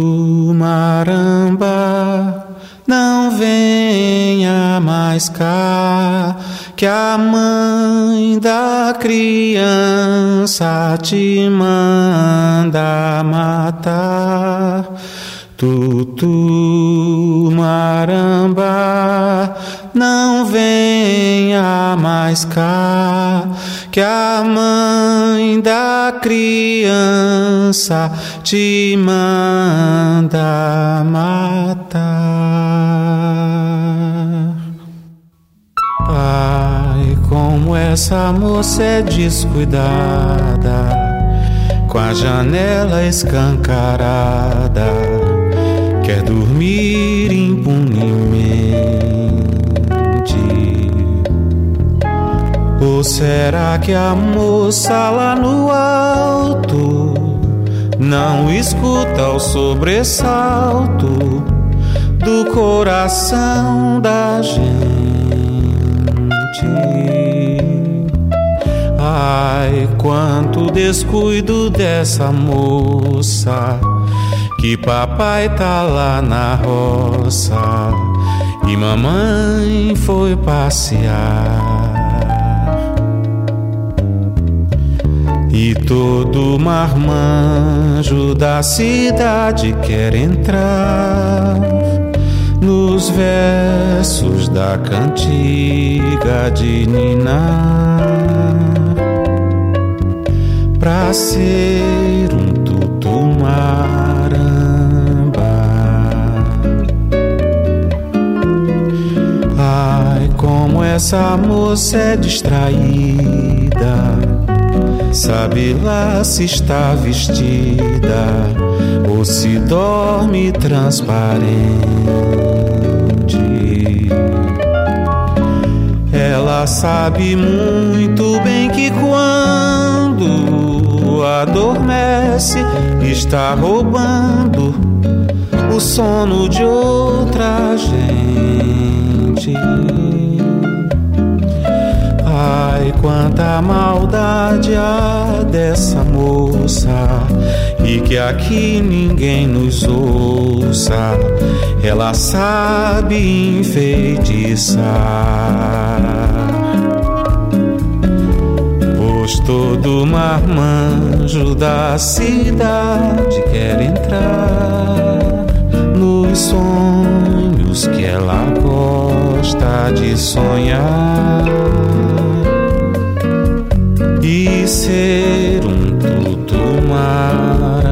S9: Tumaramba, não venha mais cá, que a mãe da criança te manda matar. Tumaramba, não venha mais cá, que a mãe da criança te manda matar. Ai, como essa moça é descuidada, com a janela escancarada, quer dormir impunemente. Ou será que a moça lá no alto não escuta o sobressalto do coração da gente? Ai, quanto descuido dessa moça, que papai tá lá na roça e mamãe foi passear. E todo marmanjo da cidade quer entrar nos versos da cantiga de ninar, pra ser um tutumaramba. Ai, como essa moça é distraída, sabe lá se está vestida ou se dorme transparente. Ela sabe muito bem que quando adormece está roubando o sono de outra gente. Ai, quanta maldade há dessa moça, e que aqui ninguém nos ouça. Ela sabe enfeitiçar, pois todo marmanjo da cidade quer entrar nos sonhos que ela gosta de sonhar e ser um tutumaramba.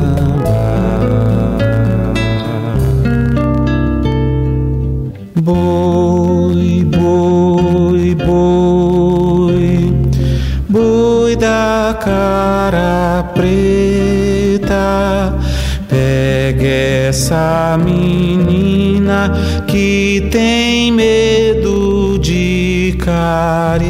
S9: Boi, boi, boi, boi da cara preta, pegue essa menina que tem medo de careta.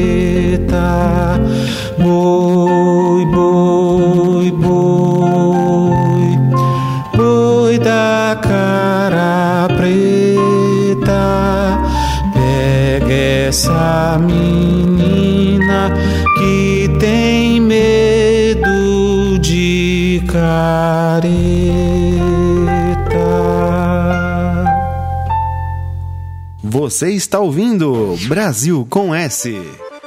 S9: Boi, boi, boi, boi da cara preta, pegue essa menina que tem medo de careta.
S3: Você está ouvindo Brasil com S.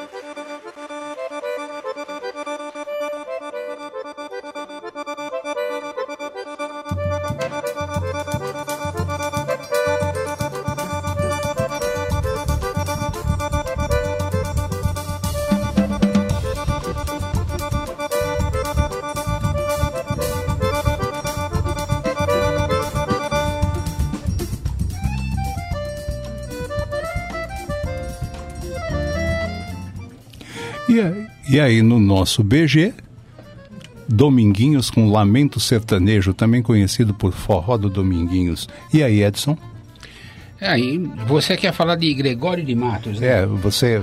S2: E aí, e aí no nosso B G, Dominguinhos com Lamento Sertanejo, também conhecido por Forró do Dominguinhos. E aí, Edson?
S5: Aí, você quer falar de Gregório de Matos, né?
S2: É, você...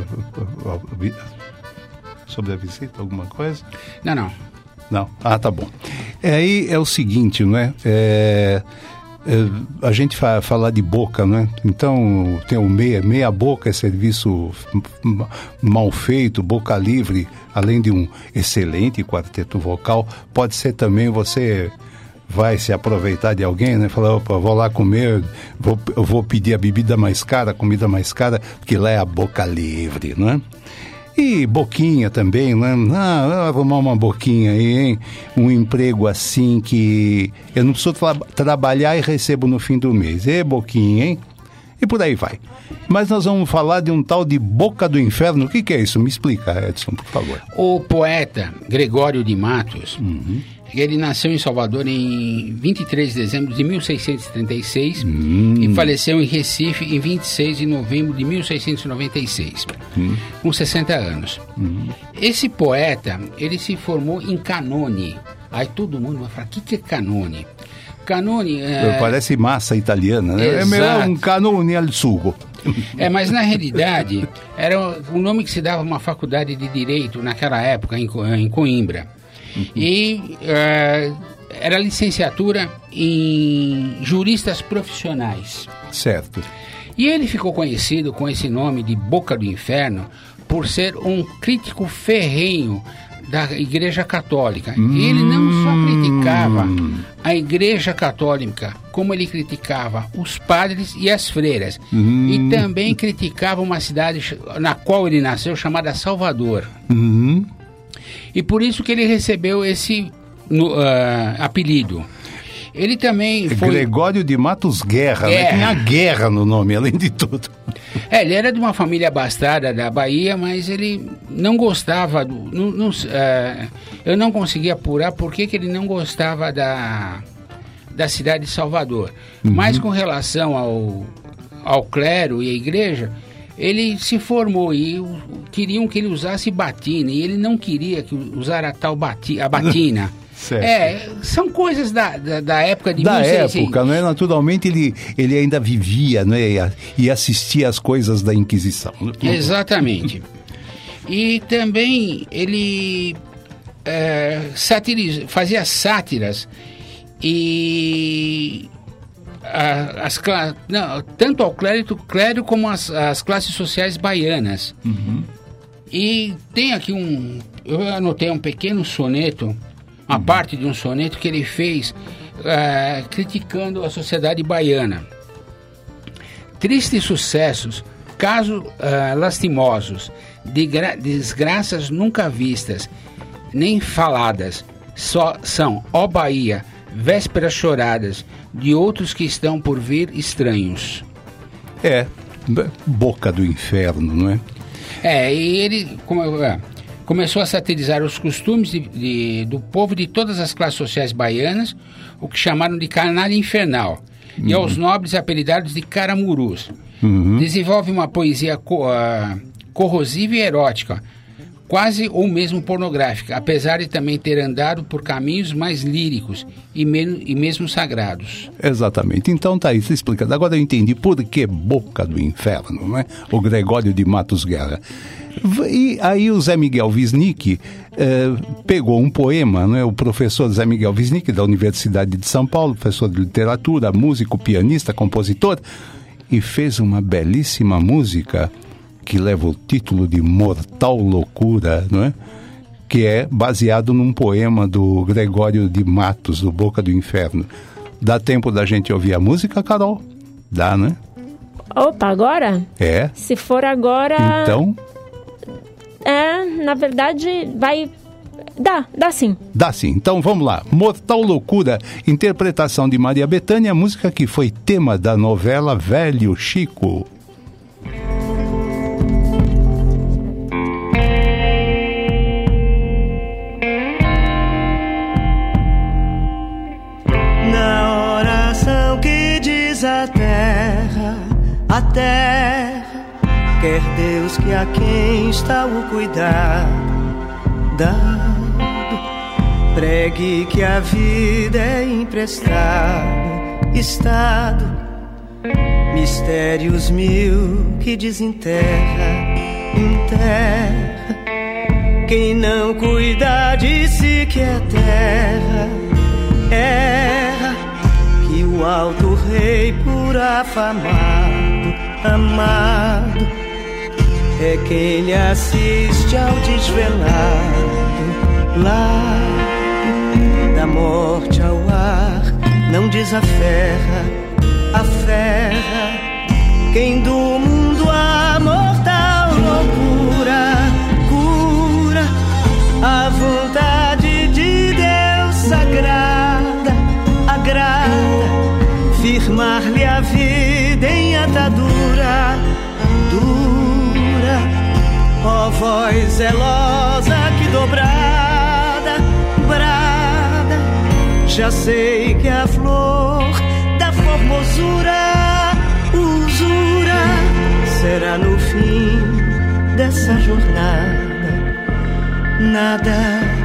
S2: Sobre a visita, alguma coisa?
S5: Não, não.
S2: Não? Ah, tá bom. É, aí é o seguinte, não é? É... A gente fa- fala de boca, né? Então tem o meia, meia boca é serviço mal feito, boca livre, além de um excelente quarteto vocal, pode ser também você vai se aproveitar de alguém, né? Falar, opa, vou lá comer, vou, eu vou pedir a bebida mais cara, a comida mais cara, porque lá é a boca livre, né? E boquinha também, né? Ah, arrumar uma boquinha aí, hein? Um emprego assim que eu não preciso tra- trabalhar e recebo no fim do mês. E boquinha, hein? E por aí vai. Mas nós vamos falar de um tal de Boca do Inferno. O que, que é isso? Me explica, Edson, por favor.
S5: O poeta Gregório de Matos,
S2: Uhum.
S5: ele nasceu em Salvador em vinte e três de dezembro de mil seiscentos e trinta e seis
S2: Hum.
S5: e faleceu em Recife em vinte e seis de novembro de mil seiscentos e noventa e seis,
S2: Hum.
S5: com sessenta anos.
S2: Hum.
S5: Esse poeta, ele se formou em canone. Aí todo mundo vai falar, o que, que é canone? Canone é...
S2: Parece massa italiana, né? É
S5: Exato.
S2: melhor um canone al sugo.
S5: É, mas na realidade era o nome que se dava a uma faculdade de Direito naquela época em, Co- em Coimbra. Uhum. E é, era licenciatura em juristas profissionais.
S2: Certo.
S5: E ele ficou conhecido com esse nome de Boca do Inferno por ser um crítico ferrenho da Igreja Católica.
S2: Hum.
S5: E ele não só criticava a Igreja Católica, como ele criticava os padres e as freiras.
S2: Hum.
S5: E também criticava uma cidade na qual ele nasceu, chamada Salvador.
S2: Hum.
S5: E por isso que ele recebeu esse no, uh, apelido. Ele também foi...
S2: Gregório de Matos Guerra,
S5: É.
S2: né? Tem a guerra no nome, além de tudo.
S5: É, ele era de uma família abastada da Bahia, mas ele não gostava... Do, não, não, uh, eu não conseguia apurar por que que ele não gostava da, da cidade de Salvador.
S2: Uhum.
S5: Mas com relação ao, ao clero e à igreja, ele se formou e o, queriam que ele usasse batina, e ele não queria que usar a tal bati, a batina.
S2: Certo.
S5: É, são coisas da, da, da época de
S2: Da
S5: mil e seiscentos.
S2: época, né? Naturalmente ele, ele ainda vivia, né? E, e assistia às coisas da Inquisição.
S5: Exatamente. E também ele é, satiriz, fazia sátiras e a, as, não, tanto ao clero, clero como as, as classes sociais baianas.
S2: Uhum.
S5: E tem aqui um... Eu anotei um pequeno soneto, uma parte de um soneto que ele fez uh, criticando a sociedade baiana. Tristes sucessos, casos uh, lastimosos, de desgraças nunca vistas, nem faladas, só são, ó Bahia, vésperas choradas, de outros que estão por vir estranhos.
S2: É, boca do inferno, não é?
S5: É, e ele... Como, é, começou a satirizar os costumes de, de, do povo de todas as classes sociais baianas, o que chamaram de canalha infernal, uhum. e aos nobres apelidados de caramurus. Uhum. Desenvolve uma poesia co, uh, corrosiva e erótica, quase ou mesmo pornográfica, apesar de também ter andado por caminhos mais líricos e, men- e mesmo sagrados.
S2: Exatamente. Então tá aí, você explicando. Agora eu entendi por que Boca do Inferno, não é? O Gregório de Matos Guerra. E aí o Zé Miguel Wisnik eh, pegou um poema, não é? O professor Zé Miguel Wisnik, da Universidade de São Paulo, professor de literatura, músico, pianista, compositor, e fez uma belíssima música que leva o título de Mortal Loucura, não é? Que é baseado num poema do Gregório de Matos, do Boca do Inferno. Dá tempo da gente ouvir a música, Carol? Dá, né?
S1: Opa, agora?
S2: É.
S1: Se for agora...
S2: Então...
S1: É, na verdade, vai... Dá, dá sim.
S2: Dá sim. Então vamos lá. Mortal Loucura, interpretação de Maria Bethânia, música que foi tema da novela Velho Chico.
S10: Na oração que diz a terra, a terra, quer Deus que a quem está o cuidado dado, pregue que a vida é emprestado, estado, mistérios mil que desenterra, enterra, quem não cuida de si que é terra, erra, que o alto rei por afamado, amado, é quem lhe assiste ao desvelado lado, da morte ao ar, não desaferra, aferra, quem do mundo a mortal loucura cura, a vontade de Deus sagrada, agrada, firmar-lhe a vida em atadura dura, ó voz zelosa que dobrada, brada, já sei que a flor da formosura, usura, será no fim dessa jornada, nada.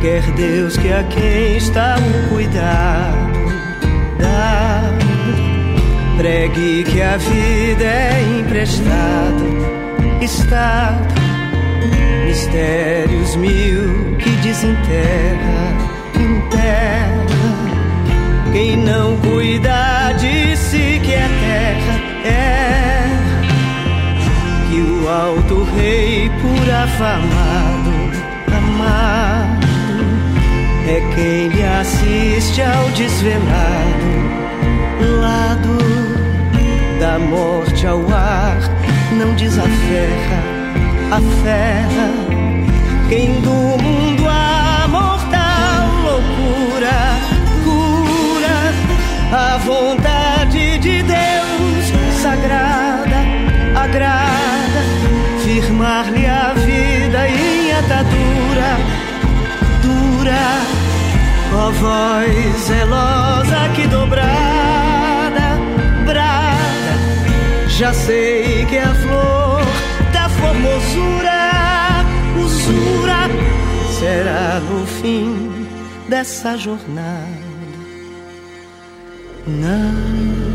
S10: Quer Deus que a quem está o cuidado dado, pregue que a vida é emprestado, estado, mistérios mil que desenterra, enterra. Quem não cuida de si que é terra, é que o alto rei por afamado, amado, é quem lhe assiste ao desvelado lado da morte ao ar, não desaferra, aferra. Quem do mundo a mortal loucura cura a vontade de Deus sagrada, agrada firmar-lhe a vida em atadura dura, ó voz zelosa que dobrada brada. Já sei que a flor da formosura, usura, será no fim dessa jornada. Não.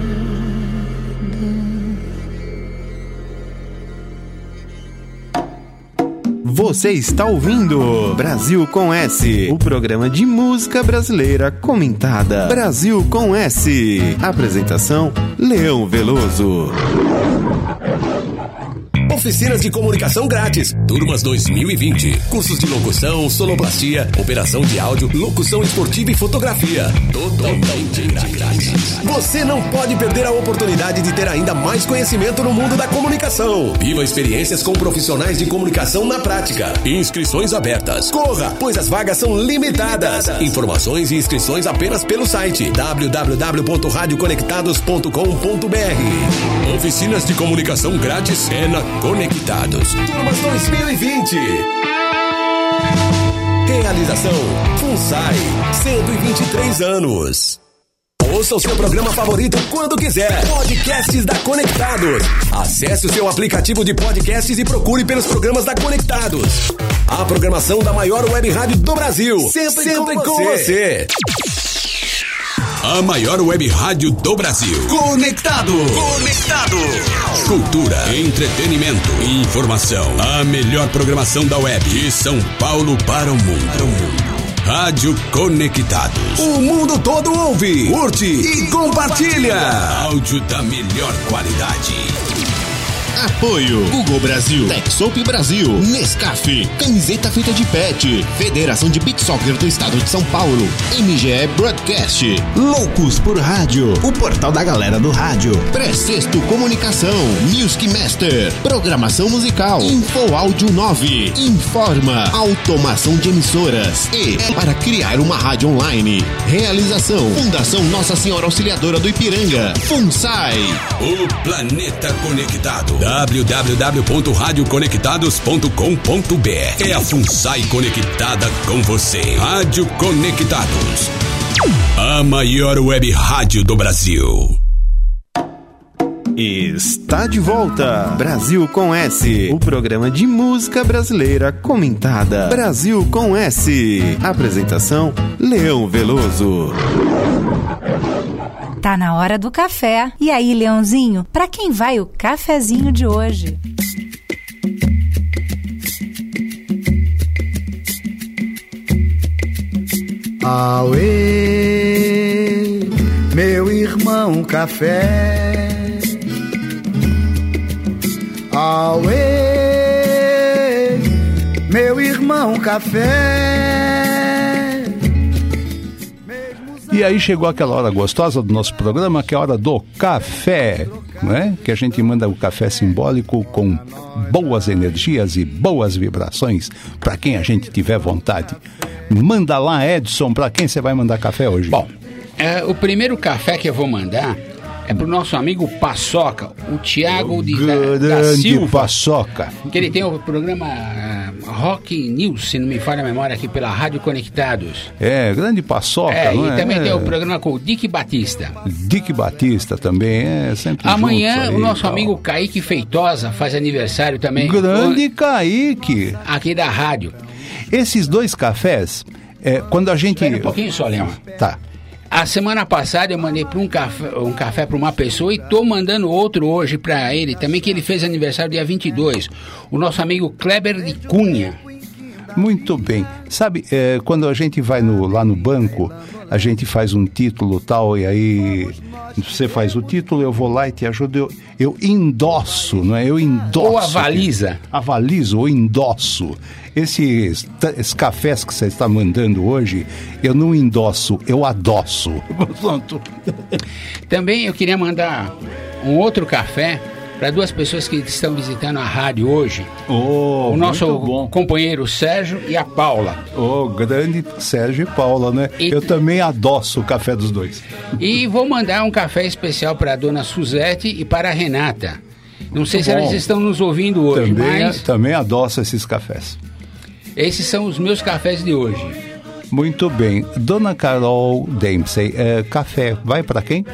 S3: Você está ouvindo Brasil com S, o programa de música brasileira comentada. Brasil com S. Apresentação: Leão Veloso.
S11: Oficinas de comunicação grátis, Turmas dois mil e vinte. Cursos de locução, sonoplastia, operação de áudio, locução esportiva e fotografia. Totalmente grátis. Você não pode perder a oportunidade de ter ainda mais conhecimento no mundo da comunicação. Viva experiências com profissionais de comunicação na prática. Inscrições abertas. Corra, pois as vagas são limitadas. Informações e inscrições apenas pelo site w w w ponto radio conectados ponto com ponto b r. Oficinas de comunicação grátis é na Conectados. Turmas dois mil e vinte. Realização FUNSAI, cento e vinte e três anos. Ouça o seu programa favorito quando quiser. Podcasts da Conectados. Acesse o seu aplicativo de podcasts e procure pelos programas da Conectados. A programação da maior web rádio do Brasil. Sempre, Sempre com, com você. você. A maior web rádio do Brasil. Conectado. Conectado. Cultura, entretenimento e informação. A melhor programação da web de São Paulo para o mundo. Rádio Conectados. O mundo todo ouve, curte e compartilha. Áudio da melhor qualidade.
S12: Apoio Google Brasil, TechSoup Brasil, Nescafé, camiseta feita de pet, Federação de Beach Soccer do Estado de São Paulo, M G E Broadcast, Loucos por Rádio, o portal da galera do rádio, Precesto Comunicação, Music Master, Programação Musical, Info Áudio nove, Informa, Automação de Emissoras e para criar uma rádio online. Realização Fundação Nossa Senhora Auxiliadora do Ipiranga, FUNSAI.
S11: O planeta conectado. w w w ponto radio conectados ponto com ponto b r. É a FUNSAI conectada com você. Rádio Conectados, a maior web rádio do Brasil.
S3: Está de volta Brasil com S, o programa de música brasileira comentada. Brasil com S. Apresentação: Leão Veloso.
S13: Tá na hora do café. E aí, Leãozinho, pra quem vai o cafezinho de hoje?
S14: Auê, meu irmão café. Auê, meu irmão café.
S2: E aí chegou aquela hora gostosa do nosso programa, que é a hora do café, né? Que a gente manda o café simbólico com boas energias e boas vibrações para quem a gente tiver vontade. Manda lá, Edson, para quem você vai mandar café hoje?
S5: Bom, é, o primeiro café que eu vou mandar é pro nosso amigo Paçoca, o Tiago de da, da Silva.
S2: Paçoca.
S5: Que ele tem o programa uh, Rock News, se não me falha a memória, aqui pela Rádio Conectados.
S2: É, grande Paçoca,
S5: é,
S2: não
S5: e
S2: é?
S5: também
S2: é.
S5: tem o programa com o Dick Batista.
S2: Dick Batista também, é sempre
S5: Amanhã
S2: aí,
S5: o nosso
S2: tal.
S5: amigo Kaique Feitosa faz aniversário também.
S2: Grande Kaique.
S5: Aqui da rádio.
S2: Esses dois cafés, é, quando a gente...
S5: Espera um pouquinho só, Leão.
S2: Tá.
S5: A semana passada eu mandei para um café, um café para uma pessoa e tô mandando outro hoje para ele também, que ele fez aniversário dia vinte e dois. O nosso amigo Kleber de Cunha.
S2: Muito bem. Sabe, é, quando a gente vai no, lá no banco, a gente faz um título tal, e aí você faz o título, eu vou lá e te ajudo, eu, eu endosso, não é? Eu endosso.
S5: Ou avaliza.
S2: Avalizo ou endosso. Esses, esses cafés que você está mandando hoje, eu não endosso, eu adoço. Pronto.
S5: Também eu queria mandar um outro café para duas pessoas que estão visitando a rádio hoje.
S2: Oh,
S5: o nosso companheiro Sérgio e a Paula.
S2: Oh, grande Sérgio e Paula, né? E... Eu também adoço o café dos dois.
S5: E vou mandar um café especial para a dona Suzete e para a Renata. Não sei
S2: Muito
S5: se
S2: bom.
S5: elas estão nos ouvindo hoje,
S2: também,
S5: mas...
S2: Também adoço esses cafés.
S5: Esses são os meus cafés de hoje.
S2: Muito bem. Dona Carol Dempsey, é, café vai para quem?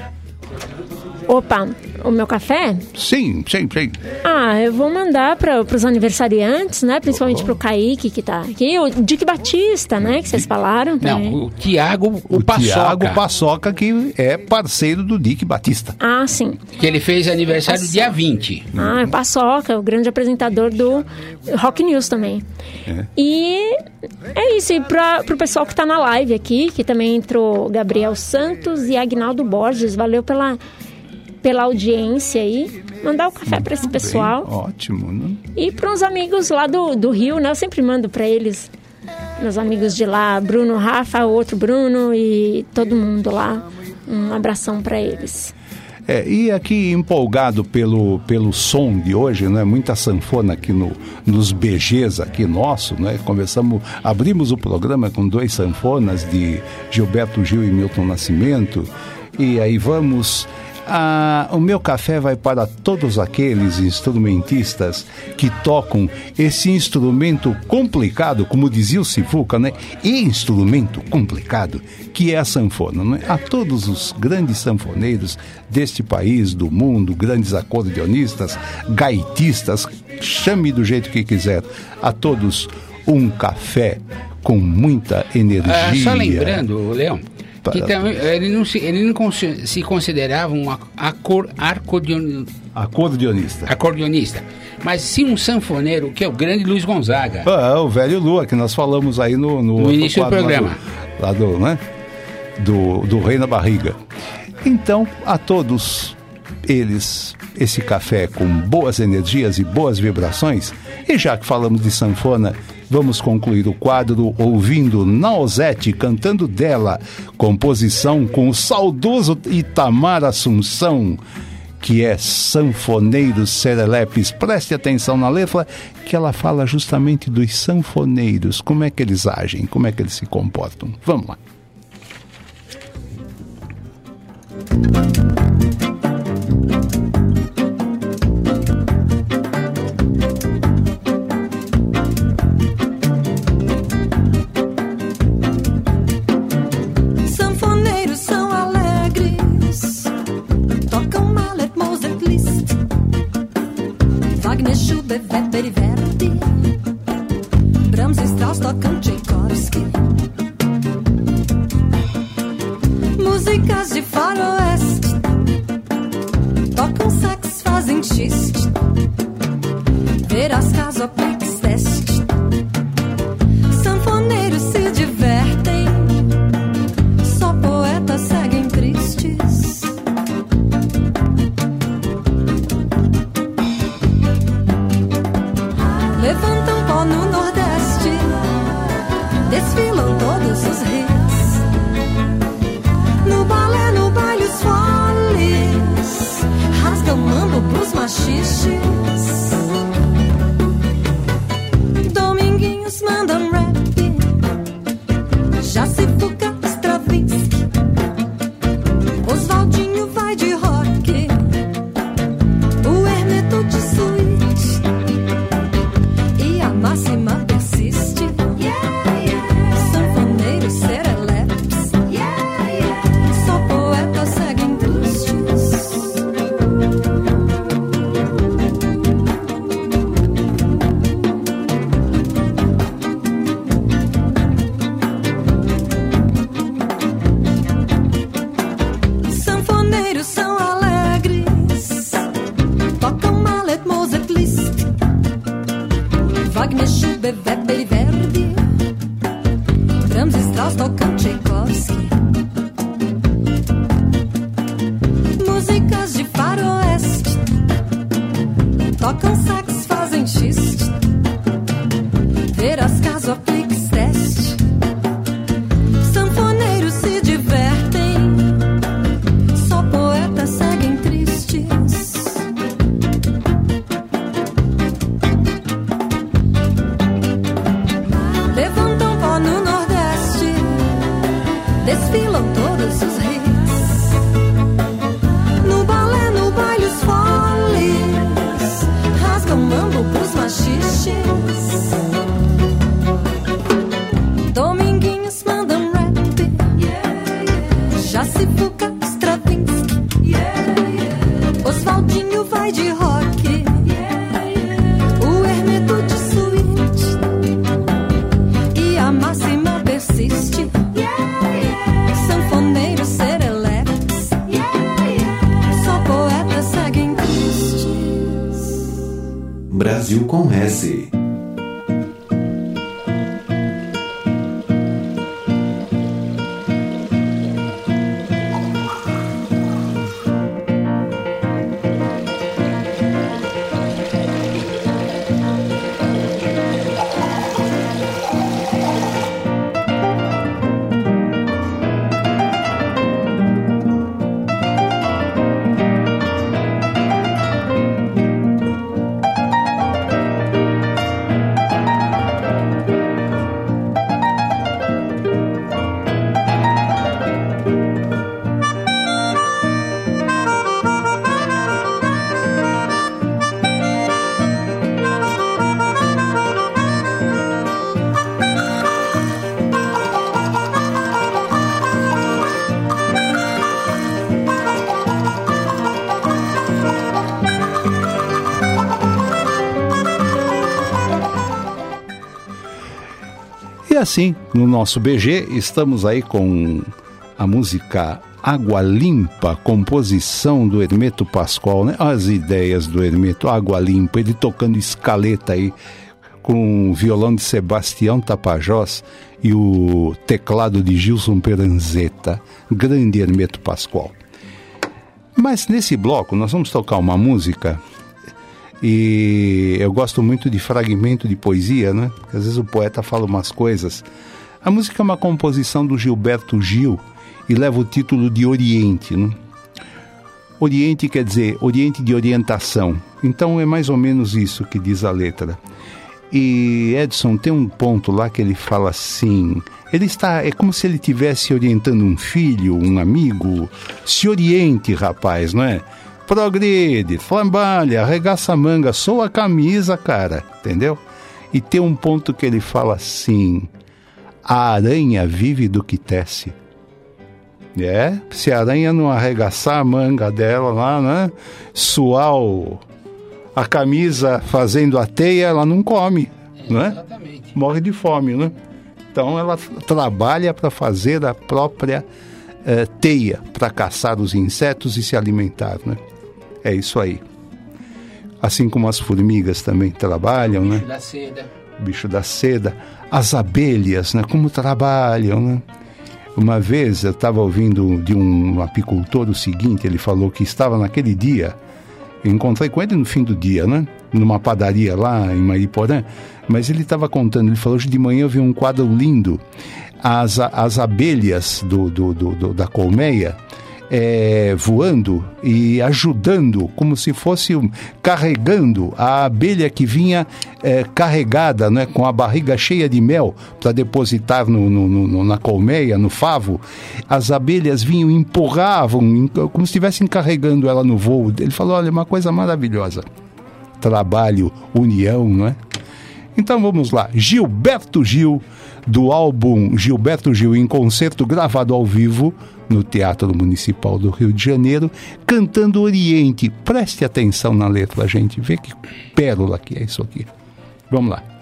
S1: Opa, o meu café?
S2: Sim, sim, sim.
S1: Ah, eu vou mandar para os aniversariantes, né? Principalmente oh. para o Kaique, que está aqui. O Dick Batista, né? Que vocês falaram também.
S5: Não, o Tiago o,
S2: o
S5: Paçoca.
S2: Tiago Paçoca, que é parceiro do Dick Batista.
S1: Ah, sim.
S5: Que ele fez aniversário Paçoca. dia vinte.
S1: Ah, o Paçoca, o grande apresentador do Rock News também. É. E é isso. E para o pessoal que está na live aqui, que também entrou Gabriel Santos e Agnaldo Borges. Valeu pela... pela audiência aí, mandar o café para esse pessoal.
S2: Bem, ótimo, né?
S1: E para uns amigos lá do, do Rio, né? Eu sempre mando para eles, meus amigos de lá, Bruno, Rafa, outro Bruno e todo mundo lá. Um abração para eles.
S2: É, e aqui empolgado pelo, pelo som de hoje, né? Muita sanfona aqui no, nos B Gs aqui nosso, né? Começamos, abrimos o programa com dois sanfonas de Gilberto Gil e Milton Nascimento. E aí vamos... Ah, o meu café vai para todos aqueles instrumentistas que tocam esse instrumento complicado, como dizia o Sifuca, né? E instrumento complicado, que é a sanfona, né? A todos os grandes sanfoneiros deste país, do mundo, grandes acordeonistas, gaitistas, chame do jeito que quiser, a todos um café com muita energia.
S5: Ah, só lembrando, Leão, que também, ele não, se, ele não se considerava um acor, acordeon,
S2: acordeonista.
S5: acordeonista, mas sim um sanfoneiro, que é o grande Luiz Gonzaga.
S2: Ah, o velho Lua, que nós falamos aí no, no,
S5: no início do programa.
S2: Lá do, lá do, né? do, do Rei na Barriga. Então, a todos eles, esse café com boas energias e boas vibrações. E já que falamos de sanfona, vamos concluir o quadro ouvindo Nausete cantando dela, composição com o saudoso Itamar Assunção, que é sanfoneiro serelepes. Preste atenção na letra, que ela fala justamente dos sanfoneiros, como é que eles agem, como é que eles se comportam. Vamos lá.
S8: Músicas de faroeste tocam sax, fazem xiste, ver as casopex teste. Sanfoneiros se divertem, só poetas seguem tristes. Levantam pó no Nordeste, desfilam todos os hits. No balé, no baile, os foles rasgam mambo pros machiches. Dominguinhos mandam rap, já se fuca Stravinsky. Oswaldinho vai de rock, o Hermeto de suíte, e a máxima persiste. Yeah, yeah. Sanfoneiros serelepes, yeah, yeah. Só poetas seguem tristes. Nós tocamos Tchaikovsky, músicas de faroeste, tocam sax, fazem xiste, ver as caso apliques teste, sanfoneiros se divertem, só poetas seguem tristes. Levantam pó no Nordeste, desfilam todos os hits, no balé, no baile os foles rasgam mambo pros machiches. Dominguinhos mandam rap, já se fuca Stravinsky, Oswaldinho vai de rock, o Hermeto de suíte, e a máxima persiste. Sanfoneiros serelepes, só poetas seguem tristes.
S3: Brasil com S.
S2: E assim, no nosso B G, estamos aí com a música Água Limpa, composição do Hermeto Pascoal, né? As ideias do Hermeto, Água Limpa, ele tocando escaleta aí, com o violão de Sebastião Tapajós e o teclado de Gilson Peranzetta, grande Hermeto Pascoal. Mas nesse bloco nós vamos tocar uma música, e eu gosto muito de fragmento de poesia, né? Porque às vezes o poeta fala umas coisas. A música é uma composição do Gilberto Gil e leva o título de Oriente, né? Oriente quer dizer Oriente de orientação. Então é mais ou menos isso que diz a letra. E Edson, tem um ponto lá que ele fala assim, ele está, é como se ele estivesse orientando um filho, um amigo. Se oriente, rapaz, não é? Progride, flambalha, arregaça a manga, soa a camisa, cara, entendeu? E tem um ponto que ele fala assim, a aranha vive do que tece. É, se a aranha não arregaçar a manga dela lá, né? Suar o, a camisa fazendo a teia, ela não come, é, né? Exatamente. Morre de fome, né? Então ela trabalha para fazer a própria eh, teia, para caçar os insetos e se alimentar, né? É isso aí. Assim como as formigas também trabalham, né?
S5: Bicho da seda.
S2: Bicho da seda. As abelhas, né? Como trabalham, né? Uma vez eu estava ouvindo de um apicultor o seguinte, ele falou que estava naquele dia, eu encontrei com ele no fim do dia, né? Numa padaria lá em Mariporã, mas ele estava contando, ele falou, hoje de manhã eu vi um quadro lindo, as, as abelhas do, do, do, do, da colmeia, É, voando e ajudando, como se fosse um, carregando a abelha que vinha é, carregada, né, com a barriga cheia de mel para depositar no, no, no, na colmeia, no favo. As abelhas vinham e empurravam, como se estivessem carregando ela no voo. Ele falou, olha, uma coisa maravilhosa. Trabalho, união, não é? Então vamos lá, Gilberto Gil, do álbum Gilberto Gil em concerto gravado ao vivo no Teatro Municipal do Rio de Janeiro, cantando Oriente. Preste atenção na letra, gente, vê que pérola que é isso aqui. Vamos lá.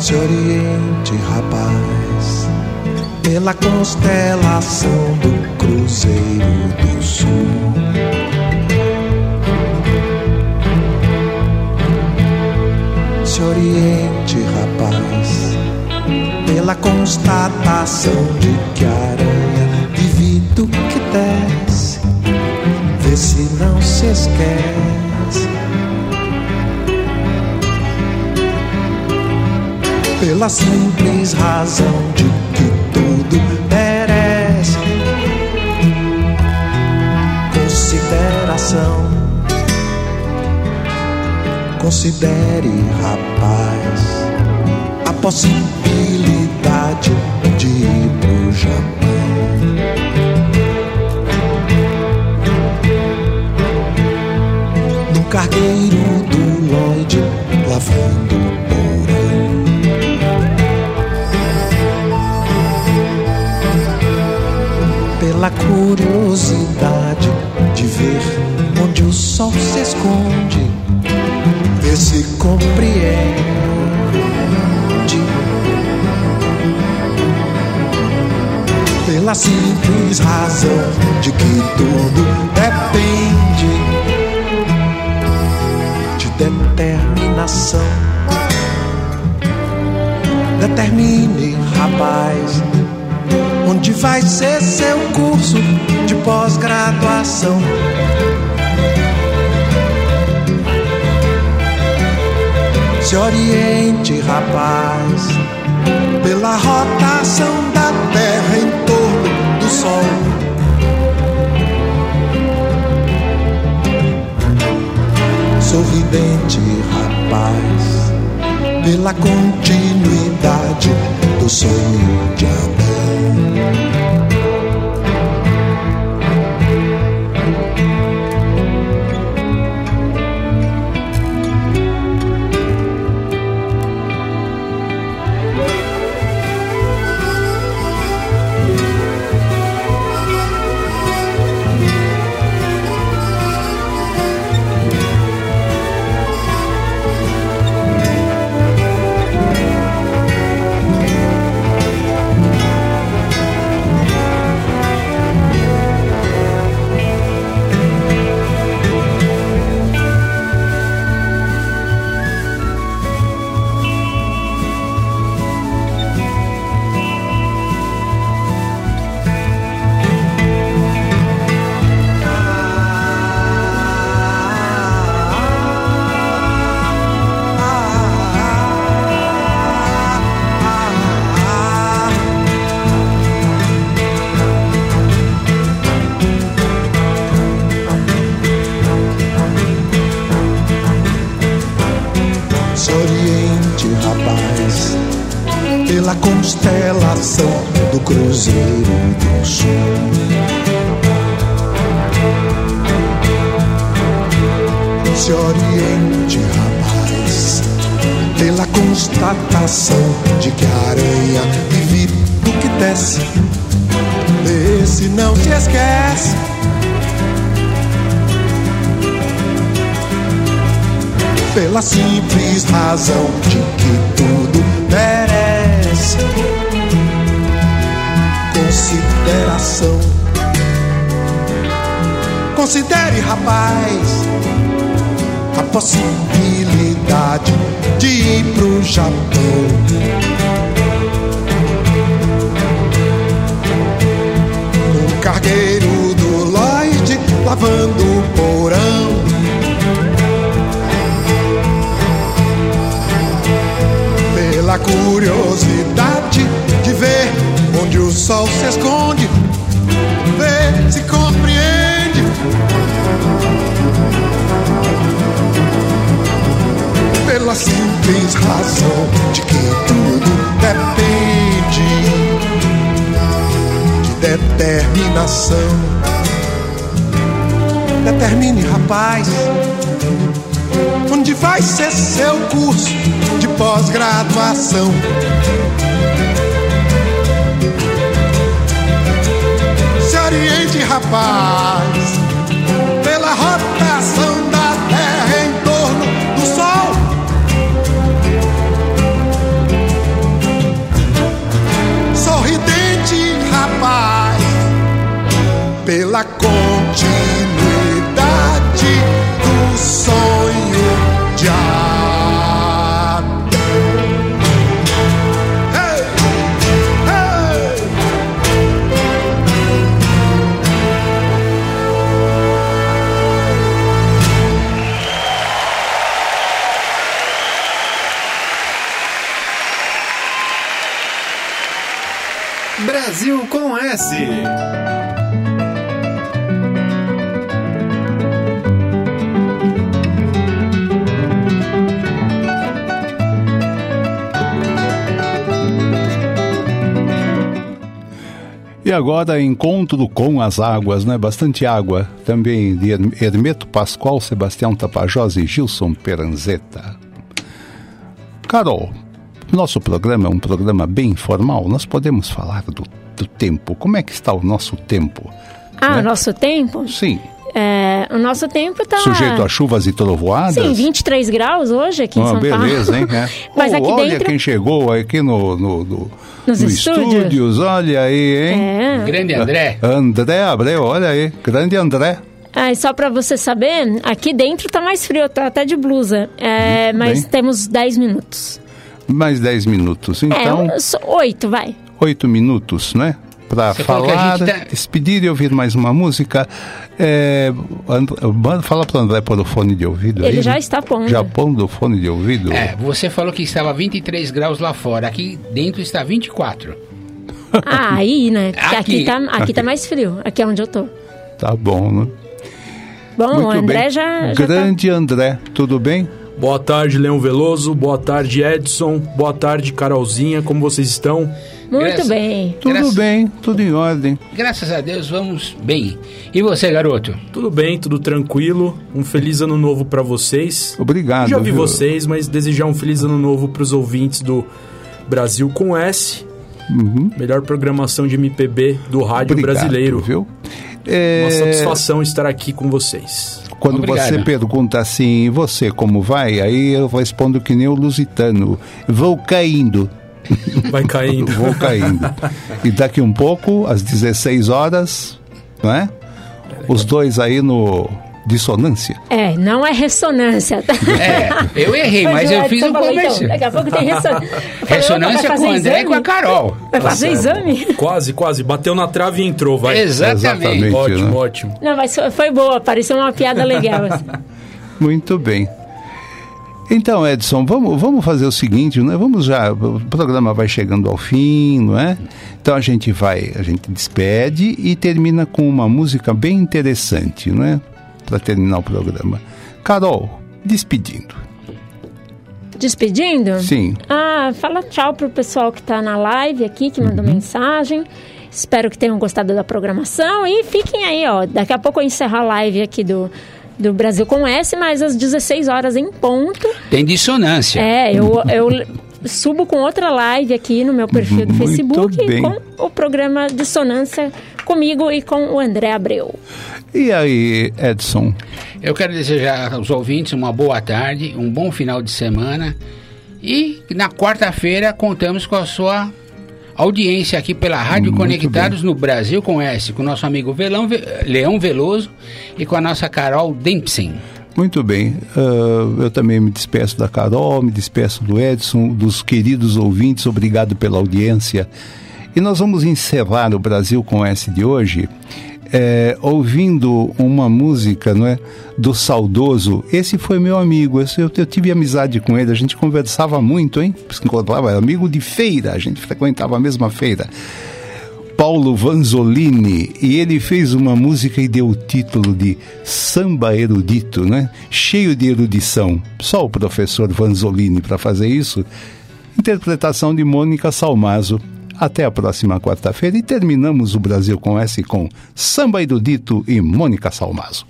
S15: Se oriente, rapaz, pela constelação do Cruzeiro do Sul. Se oriente, rapaz, pela constatação de que a aranha vive do que desce. Vê se não se esquece. Pela simples razão de que tudo merece consideração. Considere, rapaz, a possibilidade de ir pro Japão. No cargueiro do Lloyd, lavando o porão. Pela curiosidade de ver onde o sol se esconde, ver se compreende. Pela simples razão de que tudo depende de determinação. Determine, rapaz, onde vai ser seu curso de pós-graduação. Se oriente, rapaz, pela rotação da Terra em torno do Sol. Sorridente, rapaz, pela continuidade do sonho de Adão. Pela constelação do Cruzeiro do Sul. Se oriente, rapaz, pela constatação de que a aranha vive do que desce. Vê se não se esquece. Pela simples razão de que tudo merece consideração. Considere, rapaz, a possibilidade de ir pro Japão. No cargueiro do Lloyd, lavando o porão. Pela curiosidade de ver onde o sol se esconde, vê se compreende. Pela simples razão de que tudo depende de determinação. Determine, rapaz, onde vai ser seu curso de pós-graduação. Se oriente, rapaz, pela rotação da Terra em torno do Sol.
S6: pela continuidade do sonho de Adão. Hey! Hey!
S3: Brasil com S.
S2: E agora, encontro com as águas, né? Bastante água. Também de Hermeto Pascoal, Sebastião Tapajós e Gilson Peranzeta. Carol, nosso programa é um programa bem informal. Nós podemos falar do, do tempo. Como é que está o nosso tempo?
S1: Ah,
S2: né?
S1: o nosso tempo?
S2: Sim.
S1: É, o nosso tempo está...
S2: Sujeito a chuvas e trovoadas?
S1: Sim, vinte e três graus hoje aqui em
S2: ah,
S1: São Paulo.
S2: Beleza, hein? É.
S1: Mas
S2: oh,
S1: aqui
S2: olha
S1: dentro...
S2: quem chegou aqui no, no, no,
S1: Nos
S2: no
S1: estúdios.
S2: estúdios. Olha aí, hein?
S1: É.
S5: Grande André.
S2: André Abreu, olha aí. Grande André.
S1: Ah, e só para você saber, aqui dentro tá mais frio, tá até de blusa. É, mas
S2: Bem.
S1: temos dez minutos.
S2: Mais dez minutos. Então,
S1: É, oito, vai.
S2: oito minutos, né? Para
S5: Você falou que a
S2: falar,
S5: gente tá-
S2: despedir e ouvir mais uma música. É, And- fala para o André pôr o fone de ouvido.
S1: Ele
S2: aí,
S1: já
S2: né?
S1: está pondo.
S2: Já pondo o fone de ouvido?
S5: É, você falou que estava vinte e três graus lá fora. Aqui dentro está vinte e quatro.
S1: Ah, aí, né? Porque aqui,
S5: Aqui.
S1: tá, aqui,
S2: Aqui.
S1: tá mais frio, aqui é onde eu tô.
S2: Tá bom, né?
S1: Bom,
S2: Muito
S1: o André
S2: bem.
S1: já, já tá...
S2: Grande André, tudo bem?
S16: Boa tarde, Leão Veloso. Boa tarde, Edson. Boa tarde, Carolzinha. Como vocês estão?
S1: Muito
S5: Graças-
S1: bem.
S2: Tudo
S5: Graças-
S2: bem, tudo em ordem.
S5: Graças a Deus, vamos bem. E você, garoto?
S16: Tudo bem, tudo tranquilo. Um feliz ano novo pra vocês.
S2: Obrigado.
S16: Já vi
S2: viu?
S16: vocês, mas desejar um feliz ano novo pros ouvintes do Brasil com S.
S2: Uhum.
S16: Melhor programação de M P B do rádio
S2: Obrigado,
S16: brasileiro.
S2: viu? É,
S16: Uma satisfação estar aqui com vocês.
S2: Quando
S5: Obrigado.
S2: você pergunta assim, e você como vai? Aí eu respondo que nem o lusitano. Vou caindo.
S16: Vai caindo.
S2: Vou caindo. E daqui um pouco, às dezesseis horas, não é? Os dois aí no Dissonância.
S1: É, não é ressonância. Tá?
S5: É, eu errei, mas eu fiz um
S1: falou, então,
S5: comercial.
S1: daqui a pouco tem ressonância. Eu falei,
S5: Ressonância
S1: opa, vai
S5: com o
S1: fazer
S5: André e com a
S1: exame?
S5: Carol.
S1: Vai fazer exame?
S16: Quase, quase. Bateu na trave e entrou, vai.
S5: Exatamente.
S2: Exatamente.
S16: Ótimo,
S2: né?
S16: ótimo.
S1: Não, mas foi- foi boa, pareceu uma piada legal. assim.
S2: Muito bem. Então, Edson, vamos, vamos fazer o seguinte, né? Vamos já, o programa vai chegando ao fim, não é? Então a gente vai, a gente despede e termina com uma música bem interessante, não é? Para terminar o programa. Carol, despedindo.
S1: Despedindo?
S2: Sim.
S1: Ah, fala tchau pro pessoal que tá na live aqui, que mandou mensagem. Espero que tenham gostado da programação e fiquem aí, ó. Daqui a pouco eu encerro a live aqui do, do Brasil com S, mas às dezesseis horas em ponto.
S5: Tem dissonância.
S1: É, eu, eu subo com outra live aqui no meu perfil do
S2: Muito
S1: Facebook
S2: bem.
S1: com o programa Dissonância comigo e com o André Abreu.
S2: E aí, Edson?
S5: Eu quero desejar aos ouvintes uma boa tarde, um bom final de semana. E na quarta-feira contamos com a sua audiência aqui pela Rádio
S2: Muito
S5: Conectados no Brasil com S, com o nosso amigo Velão, Ve- Leão Veloso e com a nossa Carol Dempsey.
S2: Muito bem, uh, eu também me despeço da Carol, me despeço do Edson, dos queridos ouvintes, obrigado pela audiência. E nós vamos encerrar o Brasil com S de hoje, é, ouvindo uma música, não é, do saudoso. Esse foi meu amigo, esse, eu, eu tive amizade com ele, a gente conversava muito, hein? Se encontrava, era amigo de feira, a gente frequentava a mesma feira. Paulo Vanzolini, e ele fez uma música e deu o título de Samba Erudito, né? Cheio de erudição. Só o professor Vanzolini para fazer isso. Interpretação de Mônica Salmazo. Até a próxima quarta-feira e terminamos o Brasil com S com Samba Erudito e Mônica Salmazo.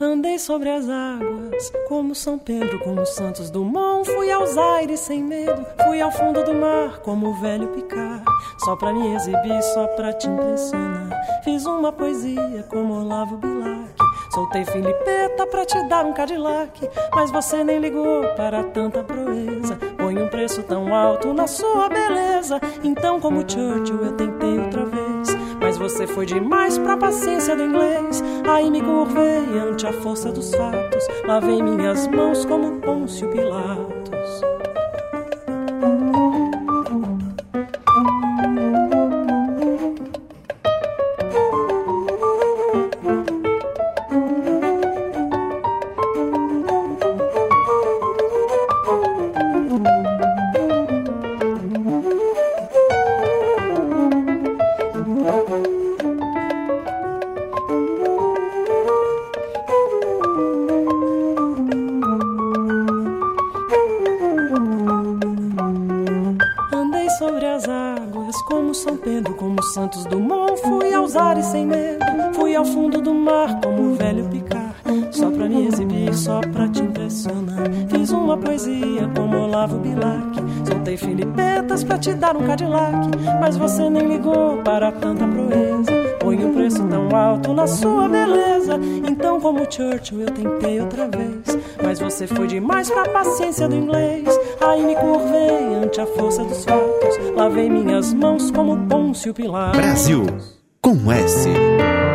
S10: Andei sobre as águas, como São Pedro, como Santos Dumont. Fui aos aires sem medo, fui ao fundo do mar, como o velho Picard. Só pra me exibir, só pra te impressionar. Fiz uma poesia como Olavo Bilac. Soltei Filipeta pra te dar um Cadillac. Mas você nem ligou para tanta proeza. Põe um preço tão alto na sua beleza. Então, como Churchill, eu tentei outra vez. Mas você foi demais pra paciência do inglês. Aí me curvei ante a força dos fatos. Lavei minhas mãos como Pôncio Pilatos. Santos Dumont, fui aos ares sem medo, fui ao fundo do mar como o velho Picard. Só pra me exibir, só pra te impressionar. Fiz uma poesia como Olavo Bilac. Soltei Filipetas pra te dar um Cadillac. Mas você nem ligou para tanta proeza. Põe um preço tão alto na sua beleza. Então, como Churchill, eu tentei outra vez. Mas você foi demais pra paciência do inglês. Aí me curvei ante a força dos fatos. Lavei minhas mãos como Pôncio Pilatos.
S3: Brasil com S.